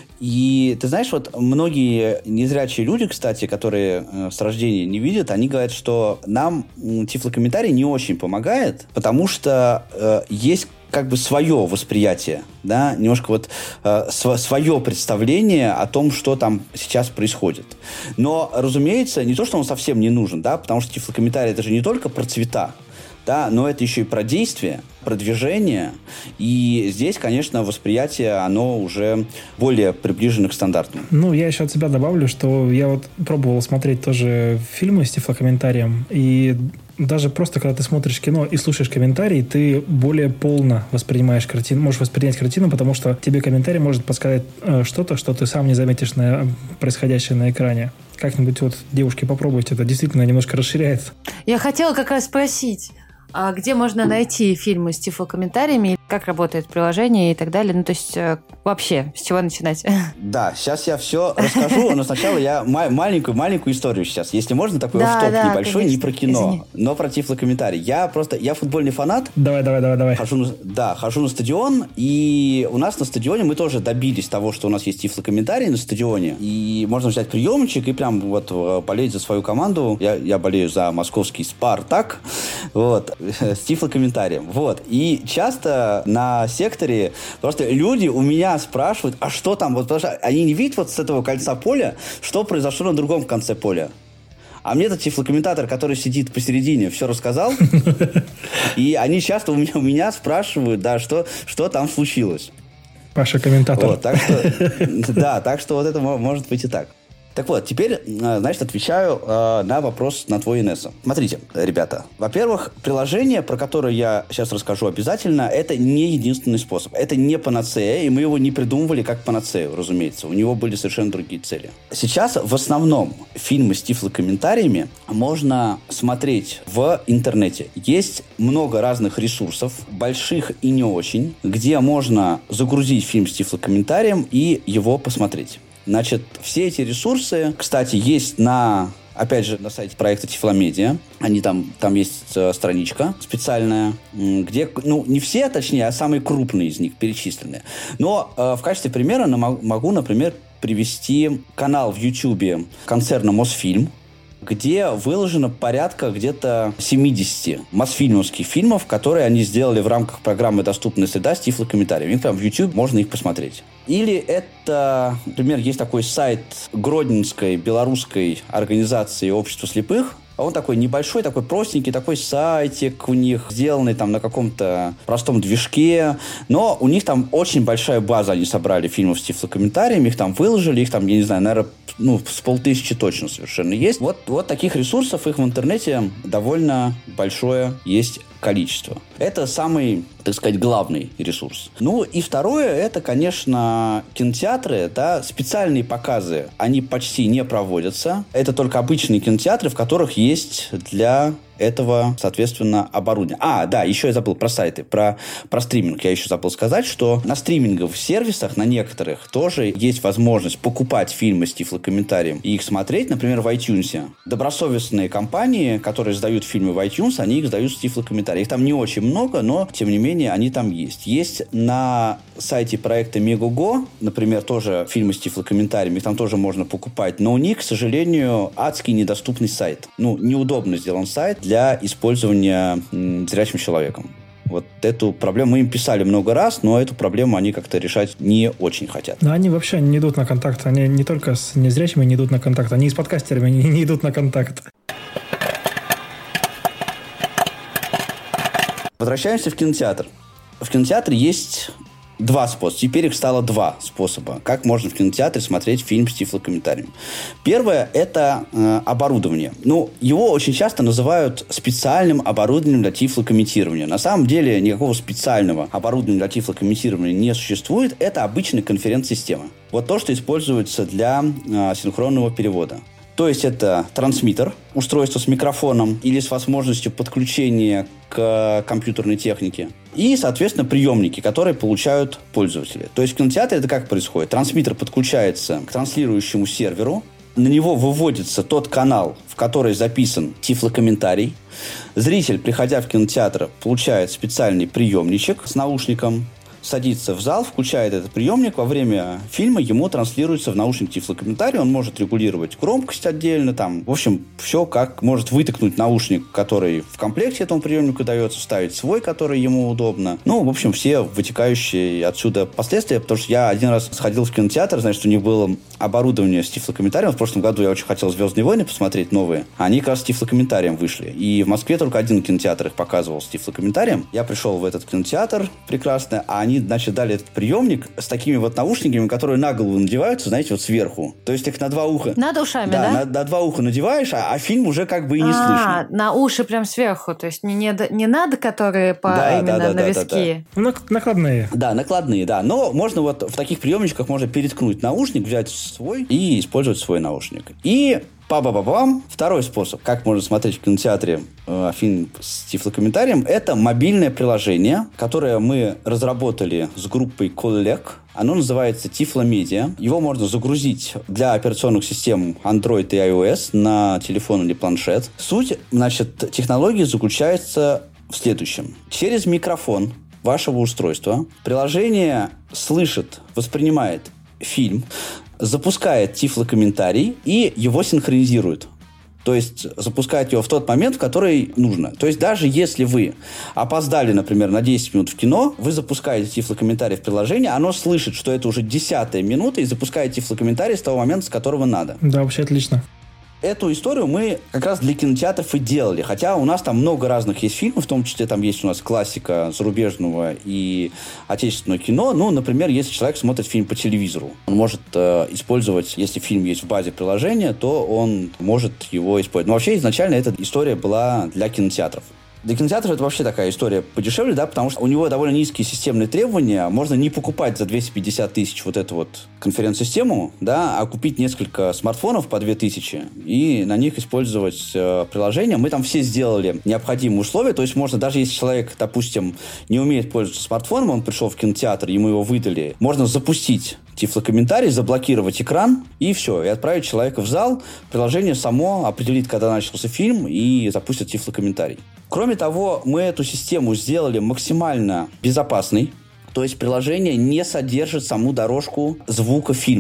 И ты знаешь, вот многие незрячие люди, кстати, которые э, с рождения не видят, они говорят, что нам э, тифлокомментарий не очень помогает, потому что э, есть как бы свое восприятие, да, немножко вот э, св- свое представление о том, что там сейчас происходит. Но, разумеется, не то, что он совсем не нужен, да, потому что тифлокомментарий это же не только про цвета, да, но это еще и про действие, про движение. И здесь, конечно, восприятие, оно уже более приближено к стандарту. Ну, я еще от себя добавлю, что я вот пробовал смотреть тоже фильмы с тифлокомментарием, и даже просто, когда ты смотришь кино и слушаешь комментарий, ты более полно воспринимаешь картину, можешь воспринять картину, потому что тебе комментарий может подсказать э, что-то, что ты сам не заметишь на происходящее на экране. Как-нибудь вот, девушки, попробуйте, это действительно немножко расширяет. Я хотела как раз спросить, а где можно найти фильмы с тифлокомментариями, как работает приложение и так далее? Ну, то есть, вообще, с чего начинать? Да, сейчас я все расскажу, но сначала я маленькую-маленькую историю сейчас. Если можно, такой да, офф-топ да, небольшой, конечно. Не про кино, Извини. но про тифлокомментарий. Я просто, я футбольный фанат. Давай, давай, давай, давай. Хожу на, да, хожу на стадион, и у нас на стадионе мы тоже добились того, что у нас есть тифлокомментарий на стадионе, и можно взять приемчик и прям вот болеть за свою команду. Я, я болею за московский «Спартак», вот, с тифлокомментарием. Вот. И часто на секторе просто люди у меня спрашивают, а что там? Вот, потому что они не видят вот с этого кольца поля, что произошло на другом конце поля. А мне этот тифлокомментатор, который сидит посередине, все рассказал. И они часто у меня, у меня спрашивают, да, что, что там случилось. Паша комментатор. Вот, так что, да, так что вот это может быть и так. Так вот, теперь, значит, отвечаю э, на вопрос на твой, Инесса. Смотрите, ребята, во-первых, приложение, про которое я сейчас расскажу обязательно, это не единственный способ. Это не панацея, и мы его не придумывали как панацею, разумеется. У него были совершенно другие цели. Сейчас в основном фильмы с тифлокомментариями можно смотреть в интернете. Есть много разных ресурсов, больших и не очень, где можно загрузить фильм с тифлокомментарием и его посмотреть. Значит, все эти ресурсы, кстати, есть на, опять же, на сайте проекта Тифломедиа. Они там, там есть э, страничка специальная, где, ну, не все, точнее, а самые крупные из них перечислены. Но э, в качестве примера могу, например, привести канал в Ютубе концерна «Мосфильм», где выложено порядка где-то семьдесят мосфильмовских фильмов, которые они сделали в рамках программы «Доступная среда» с тифлокомментариями. Их прям в YouTube можно их посмотреть. Или это, например, есть такой сайт Гродненской белорусской организации общества слепых. Он такой небольшой, такой простенький, такой сайтик у них, сделанный там на каком-то простом движке. Но у них там очень большая база, они собрали фильмов с тифлокомментариями, их там выложили, их там, я не знаю, наверное, ну, с полтысячи точно совершенно есть. Вот, вот таких ресурсов, их в интернете довольно большое есть количество. Это самый, так сказать, главный ресурс. Ну и второе, это, конечно, кинотеатры, да, специальные показы, они почти не проводятся. Это только обычные кинотеатры, в которых есть для этого, соответственно, оборудование. А, да, еще я забыл про сайты, про, про стриминг. Я еще забыл сказать, что на стриминговых сервисах, на некоторых, тоже есть возможность покупать фильмы с тифлокомментарием и их смотреть, например, в iTunes. Добросовестные компании, которые сдают фильмы в iTunes, они их сдают с тифлокомментарием. Их там не очень много, но, тем не менее, они там есть. Есть на сайте проекта Megogo, например, тоже фильмы с тифлокомментариями, их там тоже можно покупать, но у них, к сожалению, адский недоступный сайт. Ну, неудобно сделан сайт для использования м, зрячим человеком. Вот эту проблему мы им писали много раз, но эту проблему они как-то решать не очень хотят. Но они вообще не идут на контакт. Они не только с незрячими не идут на контакт, они и с подкастерами не, не идут на контакт. Возвращаемся в кинотеатр. В кинотеатре есть два способа. Теперь их стало два способа, как можно в кинотеатре смотреть фильм с тифлокомментарием. Первое – это э, оборудование. Ну, его очень часто называют специальным оборудованием для тифлокомментирования. На самом деле никакого специального оборудования для тифлокомментирования не существует. Это обычная конференц-система. Вот то, что используется для э, синхронного перевода. То есть это трансмиттер, устройство с микрофоном или с возможностью подключения к компьютерной технике. И, соответственно, приемники, которые получают пользователи. То есть в кинотеатре это как происходит? Трансмиттер подключается к транслирующему серверу, на него выводится тот канал, в который записан тифлокомментарий. Зритель, приходя в кинотеатр, получает специальный приемничек с наушником, садится в зал, включает этот приемник, во время фильма ему транслируется в наушник тифлокомментарий, он может регулировать громкость отдельно, там, в общем, все как может вытыкнуть наушник, который в комплекте этому приемнику дается, вставить свой, который ему удобно. Ну, в общем, все вытекающие отсюда последствия, потому что я один раз сходил в кинотеатр, значит, у них было оборудование с тифлокомментарием, в прошлом году я очень хотел «Звездные войны» посмотреть новые, а они как раз с тифлокомментарием вышли, и в Москве только один кинотеатр их показывал с тифлокомментарием. Я пришел в этот кинотеатр прекрасно, а они Они, значит, дали этот приемник с такими вот наушниками, которые на голову надеваются, знаете, вот сверху. То есть их на два уха. Над ушами, да? Да, на, на два уха надеваешь, а, а фильм уже как бы и не а, слышно. На уши прям сверху, то есть не, не, не над, которые по, да, именно да, да, на да, виски. Да, да. Ну, накладные. Да, накладные, да. Но можно вот в таких приемничках можно переткнуть наушник, взять свой и использовать свой наушник. И па-ба-ба-бам. Второй способ, как можно смотреть в кинотеатре э, фильм с тифлокомментарием, это мобильное приложение, которое мы разработали с группой коллег. Оно называется Тифломедиа. Его можно загрузить для операционных систем Android и iOS на телефон или планшет. Суть, значит, технологии заключается в следующем. Через микрофон вашего устройства приложение слышит, воспринимает фильм, запускает тифлокомментарий и его синхронизирует. То есть запускает его в тот момент, в который нужно. То есть даже если вы опоздали, например, на десять минут в кино, вы запускаете тифлокомментарий в приложение, оно слышит, что это уже десятая минута, и запускает тифлокомментарий с того момента, с которого надо. Да, вообще отлично. Эту историю мы как раз для кинотеатров и делали. Хотя у нас там много разных есть фильмов, в том числе там есть у нас классика зарубежного и отечественного кино. Ну, например, если человек смотрит фильм по телевизору, он может э, использовать, если фильм есть в базе приложения, то он может его использовать. Но вообще изначально эта история была для кинотеатров. Для кинотеатров это вообще такая история подешевле, да, потому что у него довольно низкие системные требования. Можно не покупать за двести пятьдесят тысяч вот эту вот конференц-систему, да, а купить несколько смартфонов по две тысячи и на них использовать э, приложение. Мы там все сделали необходимые условия, то есть можно, даже если человек, допустим, не умеет пользоваться смартфоном, он пришел в кинотеатр, ему его выдали, можно запустить тифлокомментарий, заблокировать экран и все, и отправить человека в зал. Приложение само определит, когда начался фильм, и запустит тифлокомментарий. Кроме того, мы эту систему сделали максимально безопасной, то есть приложение не содержит саму дорожку звука фильма.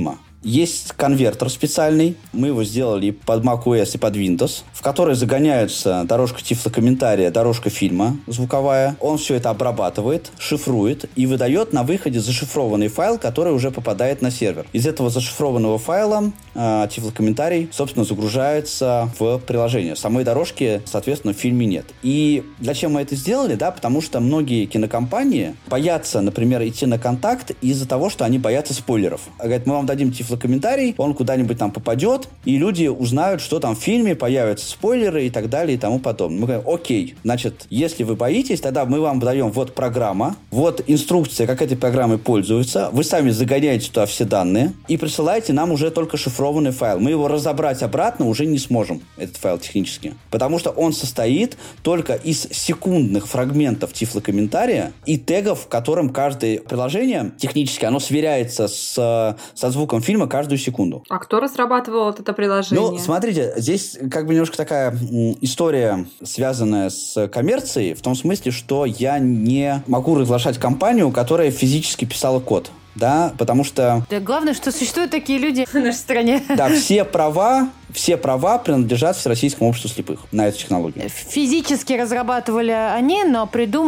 есть конвертер специальный. Мы его сделали под macOS и под Windows, в который загоняются дорожка тифлокомментария, дорожка фильма звуковая. Он все это обрабатывает, шифрует и выдает на выходе зашифрованный файл, который уже попадает на сервер. Из этого зашифрованного файла э, тифлокомментарий, собственно, загружается в приложение. Самой дорожки, соответственно, в фильме нет. И зачем мы это сделали? Да, потому что многие кинокомпании боятся, например, идти на контакт из-за того, что они боятся спойлеров. Говорят, мы вам дадим тифлокомментарий, он куда-нибудь там попадет, и люди узнают, что там в фильме, появятся спойлеры и так далее и тому подобное. Мы говорим, окей, значит, если вы боитесь, тогда мы вам даем вот программа, вот инструкция, как этой программой пользоваться, вы сами загоняете туда все данные и присылаете нам уже только шифрованный файл. Мы его разобрать обратно уже не сможем, этот файл технически, потому что он состоит только из секундных фрагментов тифлокомментария и тегов, в котором каждое приложение технически, оно сверяется с, со звуком фильма каждую секунду. А кто разрабатывал вот это приложение? Ну, смотрите, здесь как бы немножко такая м, история, связанная с коммерцией, в том смысле, что я не могу разглашать компанию, которая физически писала код. Да, потому что... Да, главное, что существуют такие люди в нашей стране. Да, все права, все права принадлежат Всероссийскому обществу слепых на эту технологию. Физически разрабатывали они, но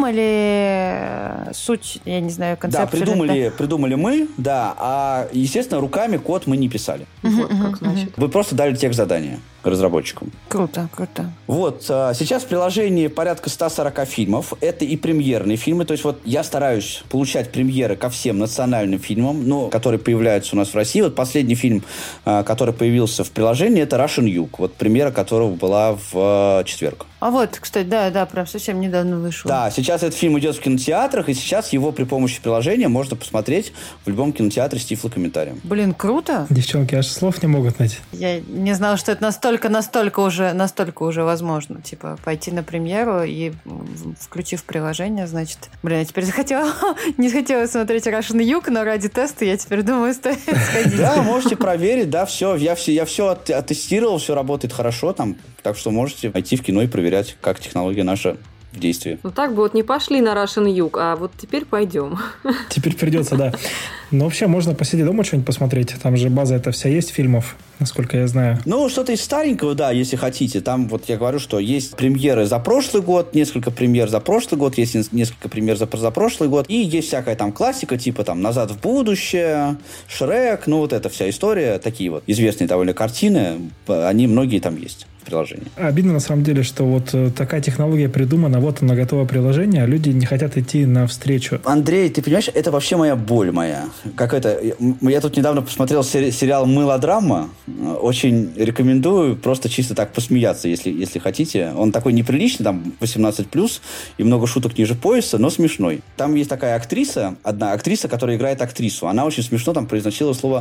придумали суть, я не знаю, концепцию. Да, придумали, придумали мы, да, а, естественно, руками код мы не писали. Вот как значит. Вы просто дали текст задания разработчикам. Круто, круто. Вот, сейчас в приложении порядка сто сорок фильмов. Это и премьерные фильмы. То есть вот я стараюсь получать премьеры ко всем национальным фильмам, ну, которые появляются у нас в России. Вот последний фильм, который появился в приложении, это Russian Юг. Вот премьера которого была в четверг. А вот, кстати, да, да, прям совсем недавно вышел. Да, сейчас этот фильм идет в кинотеатрах, и сейчас его при помощи приложения можно посмотреть в любом кинотеатре с тифлокомментарием. Блин, круто. Девчонки аж слов не могут найти. Я не знала, что это настолько, настолько уже, настолько уже возможно. Типа, пойти на премьеру и, включив приложение, значит... Блин, я теперь захотела... не хотела смотреть Russian Юг, но ради теста я теперь думаю, стоит сходить. Да, можете проверить, да, все. Я все, я все оттестировал, все работает хорошо там, так что можете пойти в кино и проверять, как технология наша в действии. Ну так бы вот не пошли на Russian Юг, а вот теперь пойдем. Теперь придется, да. Но вообще можно посидеть дома что-нибудь посмотреть. Там же база это вся есть фильмов, насколько я знаю. Ну, что-то из старенького, да, если хотите. Там вот я говорю, что есть премьеры за прошлый год, несколько премьер за прошлый год, есть несколько премьер за позапрошлый год. И есть всякая там классика, типа там «Назад в будущее», «Шрек», ну вот эта вся история, такие вот известные довольно картины, они многие там есть. Приложение. Обидно на самом деле, что вот такая технология придумана, вот оно готовое приложение, а люди не хотят идти навстречу. Андрей, ты понимаешь, это вообще моя боль моя. Как это? Я тут недавно посмотрел сери- сериал «Мылодрама». Очень рекомендую просто чисто так посмеяться, если, если хотите. Он такой неприличный, там восемнадцать плюс, и много шуток ниже пояса, но смешной. Там есть такая актриса, одна актриса, которая играет актрису. Она очень смешно там произносила слово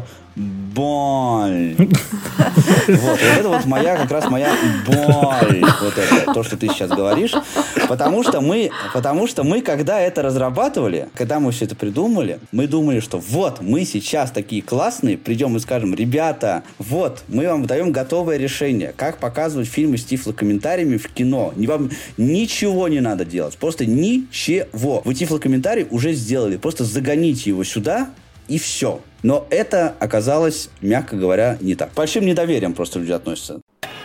«боль». Вот, это вот моя, как раз моя боль, вот это, то, что ты сейчас говоришь, потому что мы, потому что мы, когда это разрабатывали, когда мы все это придумали, мы думали, что вот, мы сейчас такие классные, придем и скажем, ребята, вот, мы вам даем готовое решение, как показывать фильмы с тифлокомментариями в кино. Вам ничего не надо делать, просто ничего. Вы тифлокомментарий уже сделали, просто загоните его сюда, и все. Но это оказалось, мягко говоря, не так. С большим недоверием просто люди относятся.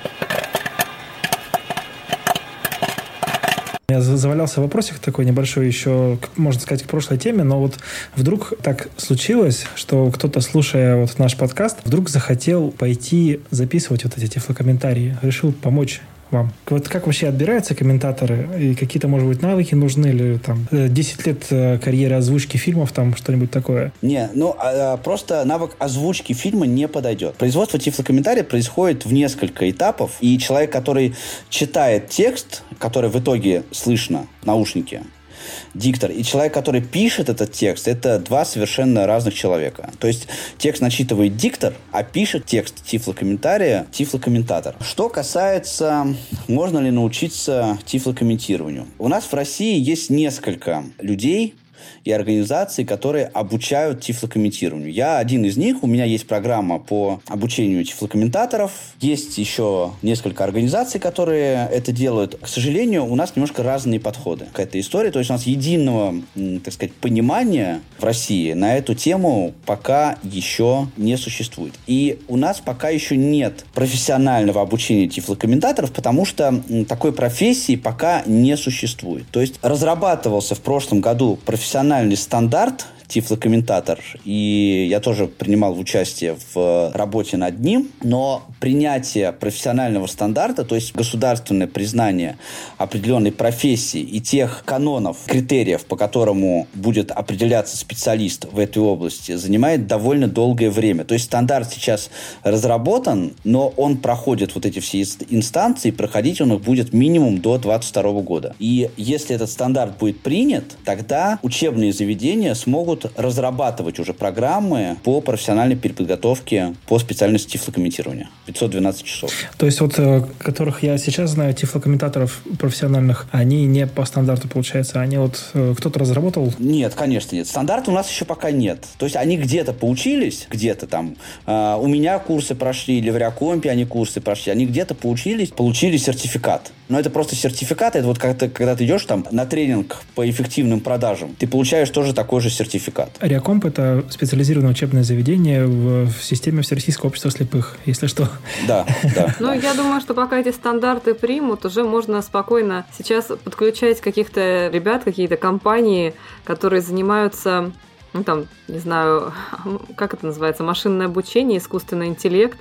Я завалялся вопросик такой небольшой еще, можно сказать, к прошлой теме, но вот вдруг так случилось, что кто-то, слушая вот наш подкаст, вдруг захотел пойти записывать вот эти тифлокомментарии, решил помочь вам. Вот как вообще отбираются комментаторы? И какие-то, может быть, навыки нужны? Или там десять лет карьеры озвучки фильмов, там что-нибудь такое? Не, ну а, просто навык озвучки фильма не подойдет. Производство тифлокомментария происходит в несколько этапов, и человек, который читает текст, который в итоге слышно в наушнике, диктор, и человек, который пишет этот текст, это два совершенно разных человека. То есть текст начитывает диктор, а пишет текст тифлокомментария тифлокомментатор. Что касается, можно ли научиться тифлокомментированию. У нас в России есть несколько людей, и организаций, которые обучают тифлокомментированию. Я один из них, у меня есть программа по обучению тифлокомментаторов, есть еще несколько организаций, которые это делают. К сожалению, у нас немножко разные подходы к этой истории, то есть у нас единого, так сказать, понимания в России на эту тему пока еще не существует. И у нас пока еще нет профессионального обучения тифлокомментаторов, потому что такой профессии пока не существует. То есть разрабатывался в прошлом году профессиональный стандарт тифлокомментатор, и я тоже принимал участие в работе над ним, но принятие профессионального стандарта, то есть государственное признание определенной профессии и тех канонов, критериев, по которому будет определяться специалист в этой области, занимает довольно долгое время. То есть стандарт сейчас разработан, но он проходит вот эти все инстанции, проходить он их будет минимум до двадцать второго года. И если этот стандарт будет принят, тогда учебные заведения смогут разрабатывать уже программы по профессиональной переподготовке по специальности тифлокомментирования. пятьсот двенадцать часов. То есть вот, которых я сейчас знаю, тифлокомментаторов профессиональных, они не по стандарту, получается, они вот кто-то разработал? Нет, конечно, нет. Стандарта у нас еще пока нет. То есть они где-то поучились, где-то там, э, у меня курсы прошли, или в Реакомпе они курсы прошли, они где-то поучились, получили сертификат. Но это просто сертификат, это вот когда ты, когда ты идешь там на тренинг по эффективным продажам, ты получаешь тоже такой же сертификат. Реакомп – это специализированное учебное заведение в, в системе Всероссийского общества слепых, если что. Да, да. Ну, я думаю, что пока эти стандарты примут, уже можно спокойно сейчас подключать каких-то ребят, какие-то компании, которые занимаются... ну, там, не знаю, как это называется, машинное обучение, искусственный интеллект,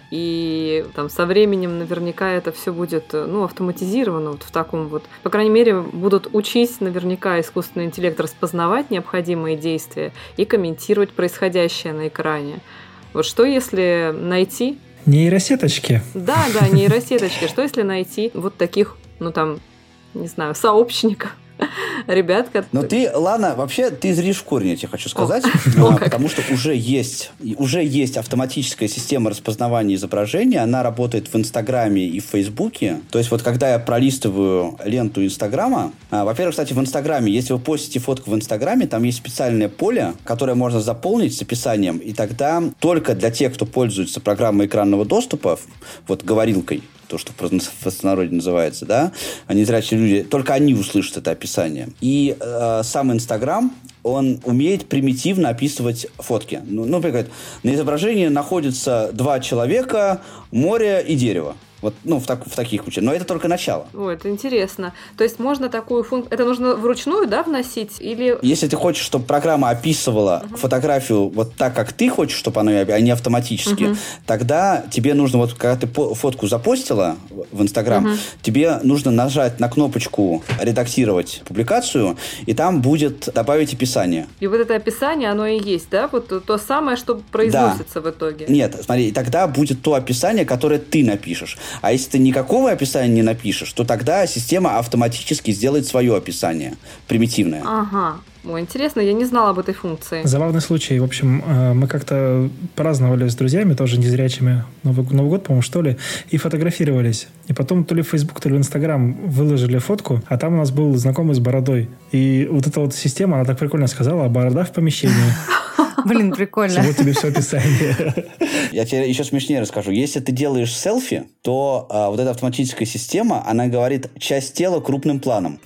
и там со временем наверняка это все будет, ну, автоматизировано вот в таком вот, по крайней мере, будут учить наверняка искусственный интеллект распознавать необходимые действия и комментировать происходящее на экране. Вот что если найти... Нейросеточки. Да, да, нейросеточки. Что если найти вот таких, ну, там, не знаю, сообщников, ребят, которые... Но ты, Лана, вообще ты зришь в корень, я тебе хочу сказать, О, а, потому что уже есть, уже есть автоматическая система распознавания изображения, она работает в Инстаграме и в Фейсбуке. То есть вот когда я пролистываю ленту Инстаграма, а, во-первых, кстати, в Инстаграме, если вы постите фотку в Инстаграме, там есть специальное поле, которое можно заполнить с описанием, и тогда только для тех, кто пользуется программой экранного доступа, вот говорилкой, то, что в простонародье называется, да, незрячие люди, только они услышат это описание. И э, сам Инстаграм, он умеет примитивно описывать фотки. Ну, например, на изображении находятся два человека, море и дерево. Вот, ну, в, так, в таких случаях. Но это только начало. О, это интересно. То есть можно такую функцию... Это нужно вручную, да, вносить? Или... Если ты хочешь, чтобы программа описывала uh-huh. фотографию вот так, как ты хочешь, чтобы она, а не автоматически, uh-huh. тогда тебе нужно, вот когда ты фотку запостила в Инстаграм, uh-huh. тебе нужно нажать на кнопочку «Редактировать публикацию», и там будет добавить описание. И вот это описание, оно и есть, да? Вот то самое, что произносится да. в итоге. Нет, смотри, тогда будет то описание, которое ты напишешь. А если ты никакого описания не напишешь, то тогда система автоматически сделает свое описание, примитивное. Ага. Ой, интересно, я не знала об этой функции. Забавный случай. В общем, мы как-то праздновали с друзьями, тоже незрячими, Новый, Новый год, по-моему, что ли, и фотографировались. И потом то ли в Facebook, то ли в Instagram выложили фотку, а там у нас был знакомый с бородой. И вот эта вот система, она так прикольно сказала, борода в помещении. Блин, прикольно. Вот тебе все описание. Я тебе еще смешнее расскажу. Если ты делаешь селфи, то а, вот эта автоматическая система, она говорит часть тела крупным планом.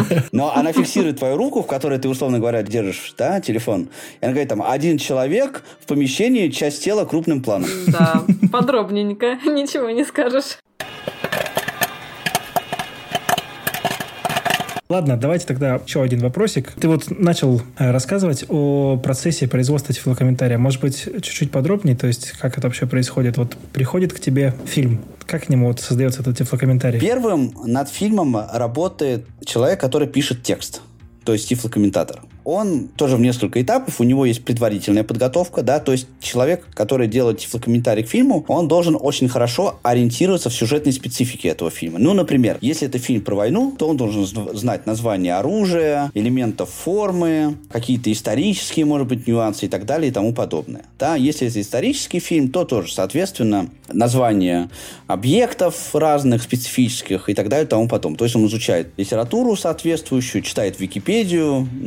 Но она фиксирует твою руку, в которой ты, условно говоря, держишь, да, телефон. И она говорит, там, один человек в помещении, часть тела крупным планом. Да, подробненько. Ничего не скажешь. Ладно, давайте тогда еще один вопросик. Ты вот начал рассказывать о процессе производства тифлокомментария. Может быть, чуть-чуть подробнее? То есть, как это вообще происходит? Вот приходит к тебе фильм. Как к нему вот создается этот тифлокомментарий? Первым над фильмом работает человек, который пишет текст. То есть тифлокомментатор. Он тоже в несколько этапов, у него есть предварительная подготовка, да, то есть человек, который делает тифлокомментарий к фильму, он должен очень хорошо ориентироваться в сюжетной специфике этого фильма. Ну, например, если это фильм про войну, то он должен знать название оружия, элементов формы, какие-то исторические, может быть, нюансы и так далее и тому подобное. Да, если это исторический фильм, то тоже, соответственно, название объектов разных, специфических и так далее и тому подобное. То есть он изучает литературу соответствующую, читает Википедию, ну, в общем,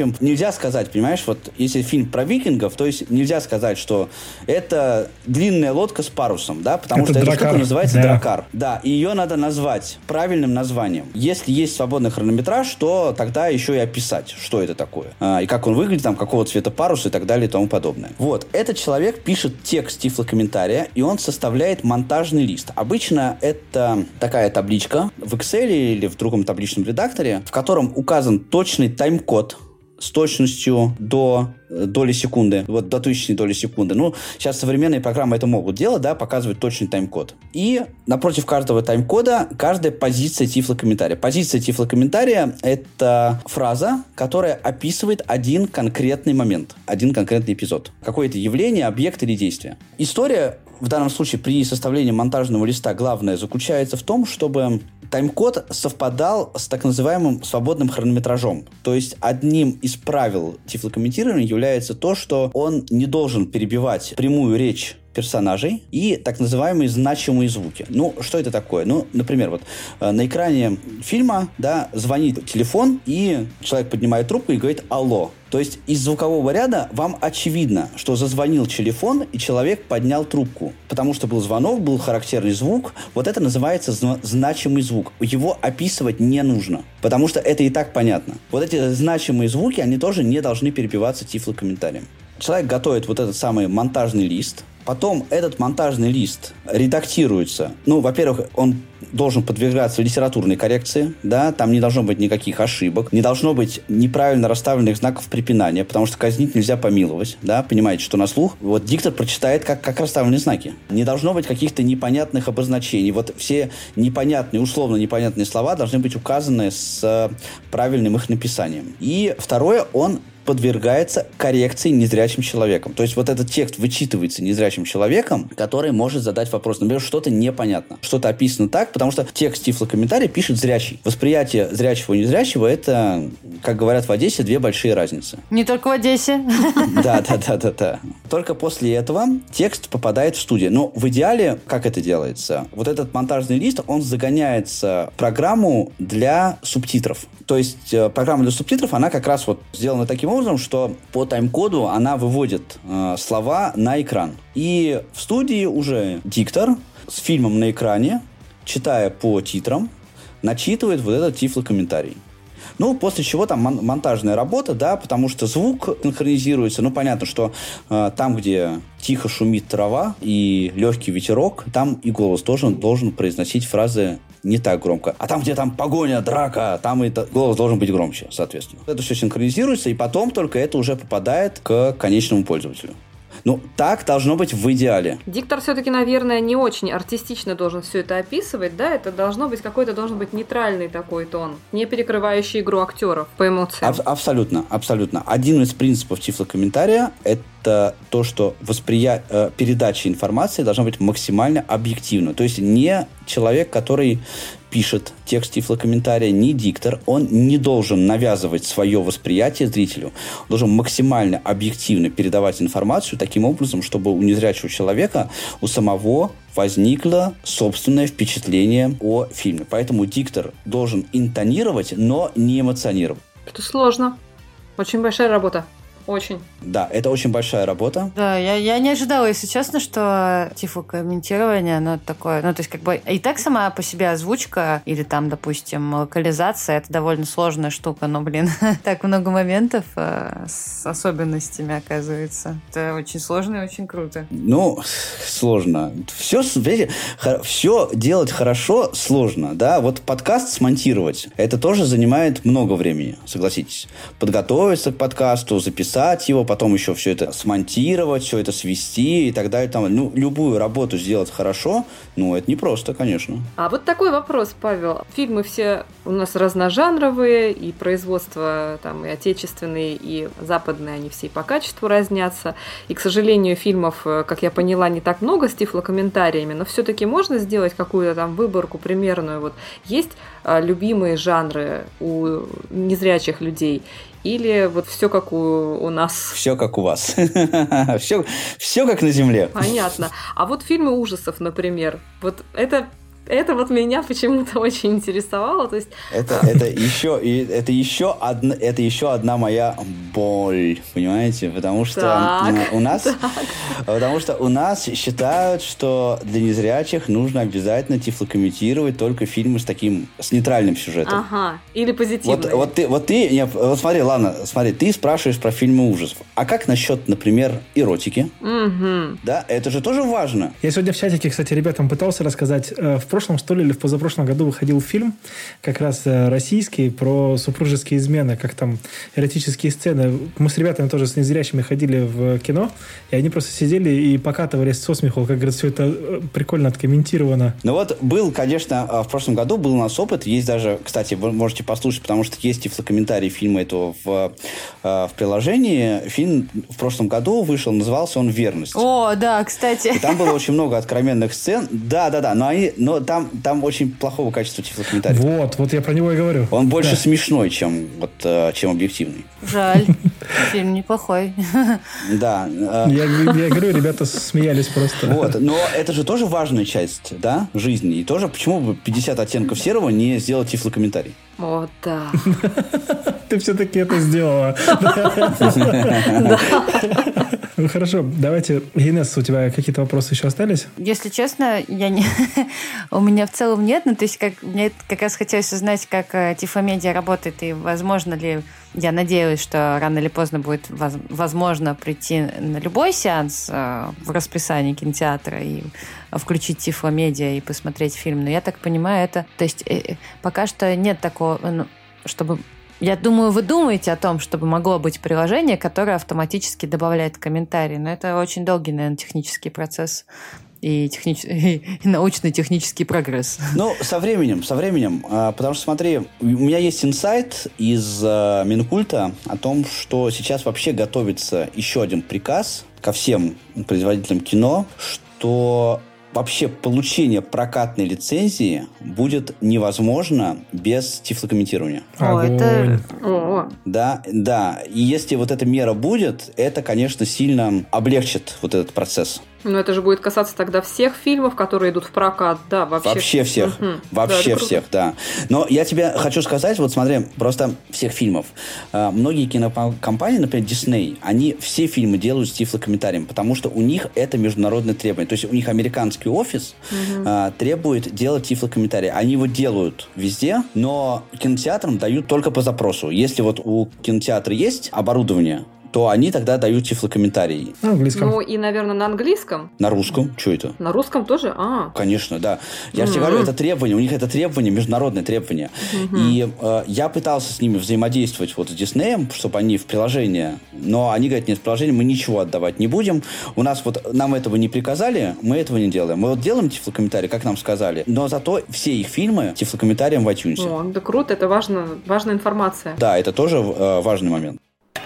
общем, нельзя сказать, понимаешь, вот если фильм про викингов, то есть нельзя сказать, что это длинная лодка с парусом, да, потому это что дракар. Эта штука называется да. дракар. Да, и ее надо назвать правильным названием. Если есть свободный хронометраж, то тогда еще и описать, что это такое. А, и как он выглядит, там, какого цвета парус и так далее и тому подобное. Вот, этот человек пишет текст тифлокомментария, и он составляет монтажный лист. Обычно это такая табличка в Excel или в другом табличном редакторе, в котором указан точный тайм-код с точностью до доли секунды, вот до тысячной доли секунды. Ну, сейчас современные программы это могут делать, да, показывать точный тайм-код. И напротив каждого тайм-кода каждая позиция тифлокомментария. Позиция тифлокомментария — это фраза, которая описывает один конкретный момент, один конкретный эпизод. Какое-то явление, объект или действие. История в данном случае при составлении монтажного листа главное заключается в том, чтобы тайм-код совпадал с так называемым свободным хронометражом. То есть одним из правил тифлокомментирования является то, что он не должен перебивать прямую речь персонажей и так называемые значимые звуки. Ну, что это такое? Ну, например, вот э, на экране фильма, да, звонит телефон, и человек поднимает трубку и говорит «Алло». То есть из звукового ряда вам очевидно, что зазвонил телефон, и человек поднял трубку. Потому что был звонок, был характерный звук. Вот это называется зна- значимый звук. Его описывать не нужно, потому что это и так понятно. Вот эти значимые звуки, они тоже не должны перебиваться тифлокомментарием. Человек готовит вот этот самый монтажный лист. Потом этот монтажный лист редактируется. Ну, во-первых, он должен подвергаться литературной коррекции, да, там не должно быть никаких ошибок, не должно быть неправильно расставленных знаков препинания, потому что казнить нельзя помиловать, да, понимаете, что на слух. Вот диктор прочитает, как, как расставлены знаки. Не должно быть каких-то непонятных обозначений. Вот все непонятные, условно непонятные слова должны быть указаны с правильным их написанием. И второе, он подвергается коррекции незрячим человеком. То есть вот этот текст вычитывается незрячим человеком, который может задать вопрос. Например, что-то непонятно. Что-то описано так, потому что текст тифлокомментария пишет зрячий. Восприятие зрячего и незрячего — это, как говорят в Одессе, две большие разницы. Не только в Одессе. Да, да, да, да, да. Только после этого текст попадает в студию. Но в идеале, как это делается? Вот этот монтажный лист, он загоняется в программу для субтитров. То есть программа для субтитров, она как раз вот сделана таким образом, что по тайм-коду она выводит э, слова на экран. И в студии уже диктор с фильмом на экране, читая по титрам, начитывает вот этот тифлокомментарий. Ну, после чего там мон- монтажная работа, да, потому что звук синхронизируется. Ну, понятно, что э, там, где тихо шумит трава и легкий ветерок, там и голос тоже должен произносить фразы не так громко. А там, где там погоня, драка, там и голос должен быть громче, соответственно. Это все синхронизируется, и потом только это уже попадает к конечному пользователю. Ну, так должно быть в идеале. Диктор все-таки, наверное, не очень артистично должен все это описывать, да? Это должно быть какой-то, должен быть нейтральный такой тон, не перекрывающий игру актеров по эмоциям. Аб- абсолютно, абсолютно. Один из принципов тифлокомментария – это то, что восприя... передача информации должна быть максимально объективна. То есть не человек, который пишет текст тифлокомментария, не диктор, он не должен навязывать свое восприятие зрителю. Он должен максимально объективно передавать информацию таким образом, чтобы у незрячего человека, у самого возникло собственное впечатление о фильме. Поэтому диктор должен интонировать, но не эмоционировать. Это сложно. Очень большая работа. Очень. Да, это очень большая работа. Да, я, я не ожидала, если честно, что тифлокомментирование, оно такое, ну, то есть, как бы, и так сама по себе озвучка или там, допустим, локализация, это довольно сложная штука, но, блин, так много моментов э, с особенностями, оказывается. Это очень сложно и очень круто. Ну, сложно. Все, видите, все делать хорошо сложно, да. Вот подкаст смонтировать, это тоже занимает много времени, согласитесь. Подготовиться к подкасту, записать его, потом еще все это смонтировать, все это свести и так далее. Там, ну, любую работу сделать хорошо, ну, это непросто, конечно. А вот такой вопрос, Павел. Фильмы все у нас разножанровые, и производство там и отечественные, и западные, они все по качеству разнятся. И, к сожалению, фильмов, как я поняла, не так много с тифлокомментариями, но все-таки можно сделать какую-то там выборку примерную. Вот есть а, любимые жанры у незрячих людей? Или вот все как у, у нас? Все как у вас. все, все как на земле. Понятно. А вот фильмы ужасов, например. Вот это это вот меня почему-то очень интересовало. То есть... Это, это, еще, это, еще одна, это еще одна моя боль, понимаете? Потому что так, у нас, так. потому что у нас считают, что для незрячих нужно обязательно тифлокомментировать только фильмы с таким, с нейтральным сюжетом. Ага, или позитивные. Вот, вот ты, вот ты, не, вот смотри, ладно, смотри, ты спрашиваешь про фильмы ужасов. А как насчет, например, эротики? Угу. Да, это же тоже важно. Я сегодня в чатике, кстати, ребятам пытался рассказать. В прошлом, что ли, или в позапрошлом году выходил фильм, как раз российский, про супружеские измены, как там эротические сцены. Мы с ребятами тоже с незрячими ходили в кино, и они просто сидели и покатывались со смеху, как говорят, все это прикольно откомментировано. Ну вот был, конечно, в прошлом году был у нас опыт. Есть даже, кстати, вы можете послушать, потому что есть тифлокомментарий фильма этого в, в приложении. Фильм в прошлом году вышел, назывался он «Верность». О, да, кстати. И там было очень много откровенных сцен. Да, да, да. Но, они, но там, там очень плохого качества тифлокомментария. Вот, вот я про него и говорю. Он больше да. смешной, чем, вот, чем объективный. Жаль. Фильм неплохой. Да. Я, я говорю, ребята смеялись просто. Вот. Но это же тоже важная часть, да, жизни. И тоже почему бы пятьдесят оттенков серого не сделать тифлокомментарий? Вот, да. Ты все-таки это сделала. Ну хорошо, давайте, Инесса, у тебя какие-то вопросы еще остались? Если честно, я не... у меня в целом нет, но то есть как... мне как раз хотелось узнать, как Тифломедиа работает, и возможно ли, я надеюсь, что рано или поздно будет воз... возможно прийти на любой сеанс э, в расписании кинотеатра и включить Тифломедиа и посмотреть фильм, но я так понимаю, это... То есть э, пока что нет такого, ну, чтобы... Я думаю, вы думаете о том, чтобы могло быть приложение, которое автоматически добавляет комментарии, но это очень долгий, наверное, технический процесс и, технич... и научно-технический прогресс. Ну, со временем, со временем. Потому что, смотри, у меня есть инсайт из Минкульта о том, что сейчас вообще готовится еще один приказ ко всем производителям кино, что... Вообще получение прокатной лицензии будет невозможно без тифлокомментирования. О, это... О. Да, да. И если вот эта мера будет, это, конечно, сильно облегчит вот этот процесс. Ну, это же будет касаться тогда всех фильмов, которые идут в прокат, да, вообще. Вообще всех. Угу. Вообще да, всех, да. Но я тебе хочу сказать, вот смотри, просто всех фильмов. Многие кинокомпании, например, Disney, они все фильмы делают с тифлокомментарием, потому что у них это международное требование. То есть у них американский офис угу. требует делать тифлокомментарий. Они его делают везде, но кинотеатрам дают только по запросу. Если вот у кинотеатра есть оборудование, то они тогда дают тифлокомментарий. На английском. Ну, и, наверное, на английском. На русском? Что это? На русском тоже? А. Конечно, да. Я mm-hmm. же тебе говорю, это требование. У них это требование, международное требование. Mm-hmm. И э, я пытался с ними взаимодействовать вот с Диснеем, чтобы они в приложение, но они говорят, нет, в приложении мы ничего отдавать не будем. У нас вот, нам этого не приказали, мы этого не делаем. Мы вот делаем тифлокомментарий, как нам сказали, но зато все их фильмы тифлокомментарием в iTunes. О, да круто, это важно, важная информация. Да, это тоже э, важный момент.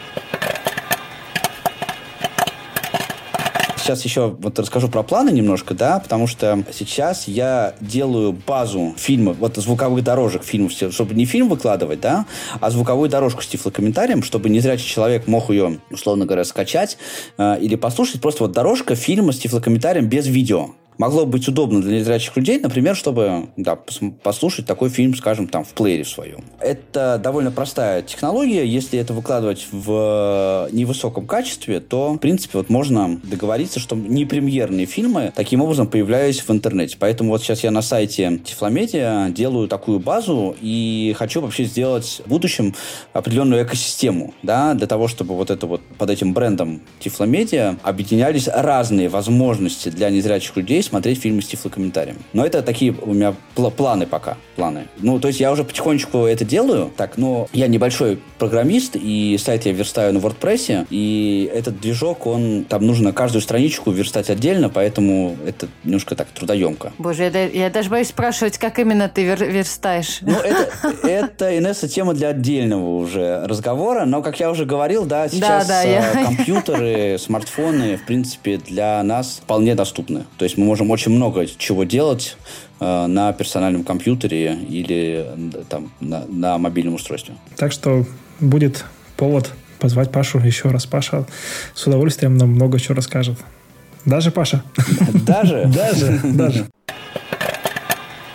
Сейчас еще вот расскажу про планы немножко, да, потому что сейчас я делаю базу фильмов, вот звуковых дорожек фильмов, чтобы не фильм выкладывать, да, а звуковую дорожку с тифлокомментарием, чтобы незрячий человек мог ее, условно говоря, скачать э, или послушать. Просто вот дорожка фильма с тифлокомментарием без видео. Могло быть удобно для незрячих людей, например, чтобы да, послушать такой фильм, скажем, там, в плеере своем. Это довольно простая технология. Если это выкладывать в невысоком качестве, то, в принципе, вот можно договориться, что непремьерные фильмы таким образом появлялись в интернете. Поэтому вот сейчас я на сайте Тифломедиа делаю такую базу и хочу вообще сделать в будущем определенную экосистему, да, для того, чтобы вот это вот под этим брендом Тифломедиа объединялись разные возможности для незрячих людей смотреть фильмы с тифлокомментарием. Но это такие у меня пл- планы пока. Планы. Ну, то есть я уже потихонечку это делаю. Так, но я небольшой программист, и сайт я верстаю на WordPress, и этот движок, он, там нужно каждую страничку верстать отдельно, поэтому это немножко так трудоемко. Боже, я, я даже боюсь спрашивать, как именно ты вер- верстаешь. Ну, это, это, Инесса, тема для отдельного уже разговора, но, как я уже говорил, да, сейчас да, да, я... компьютеры, смартфоны, в принципе, для нас вполне доступны. То есть мы можем очень много чего делать э, на персональном компьютере или там, на, на мобильном устройстве. Так что будет повод позвать Пашу еще раз. Паша с удовольствием нам много чего расскажет. Даже Паша. Даже? Даже, даже.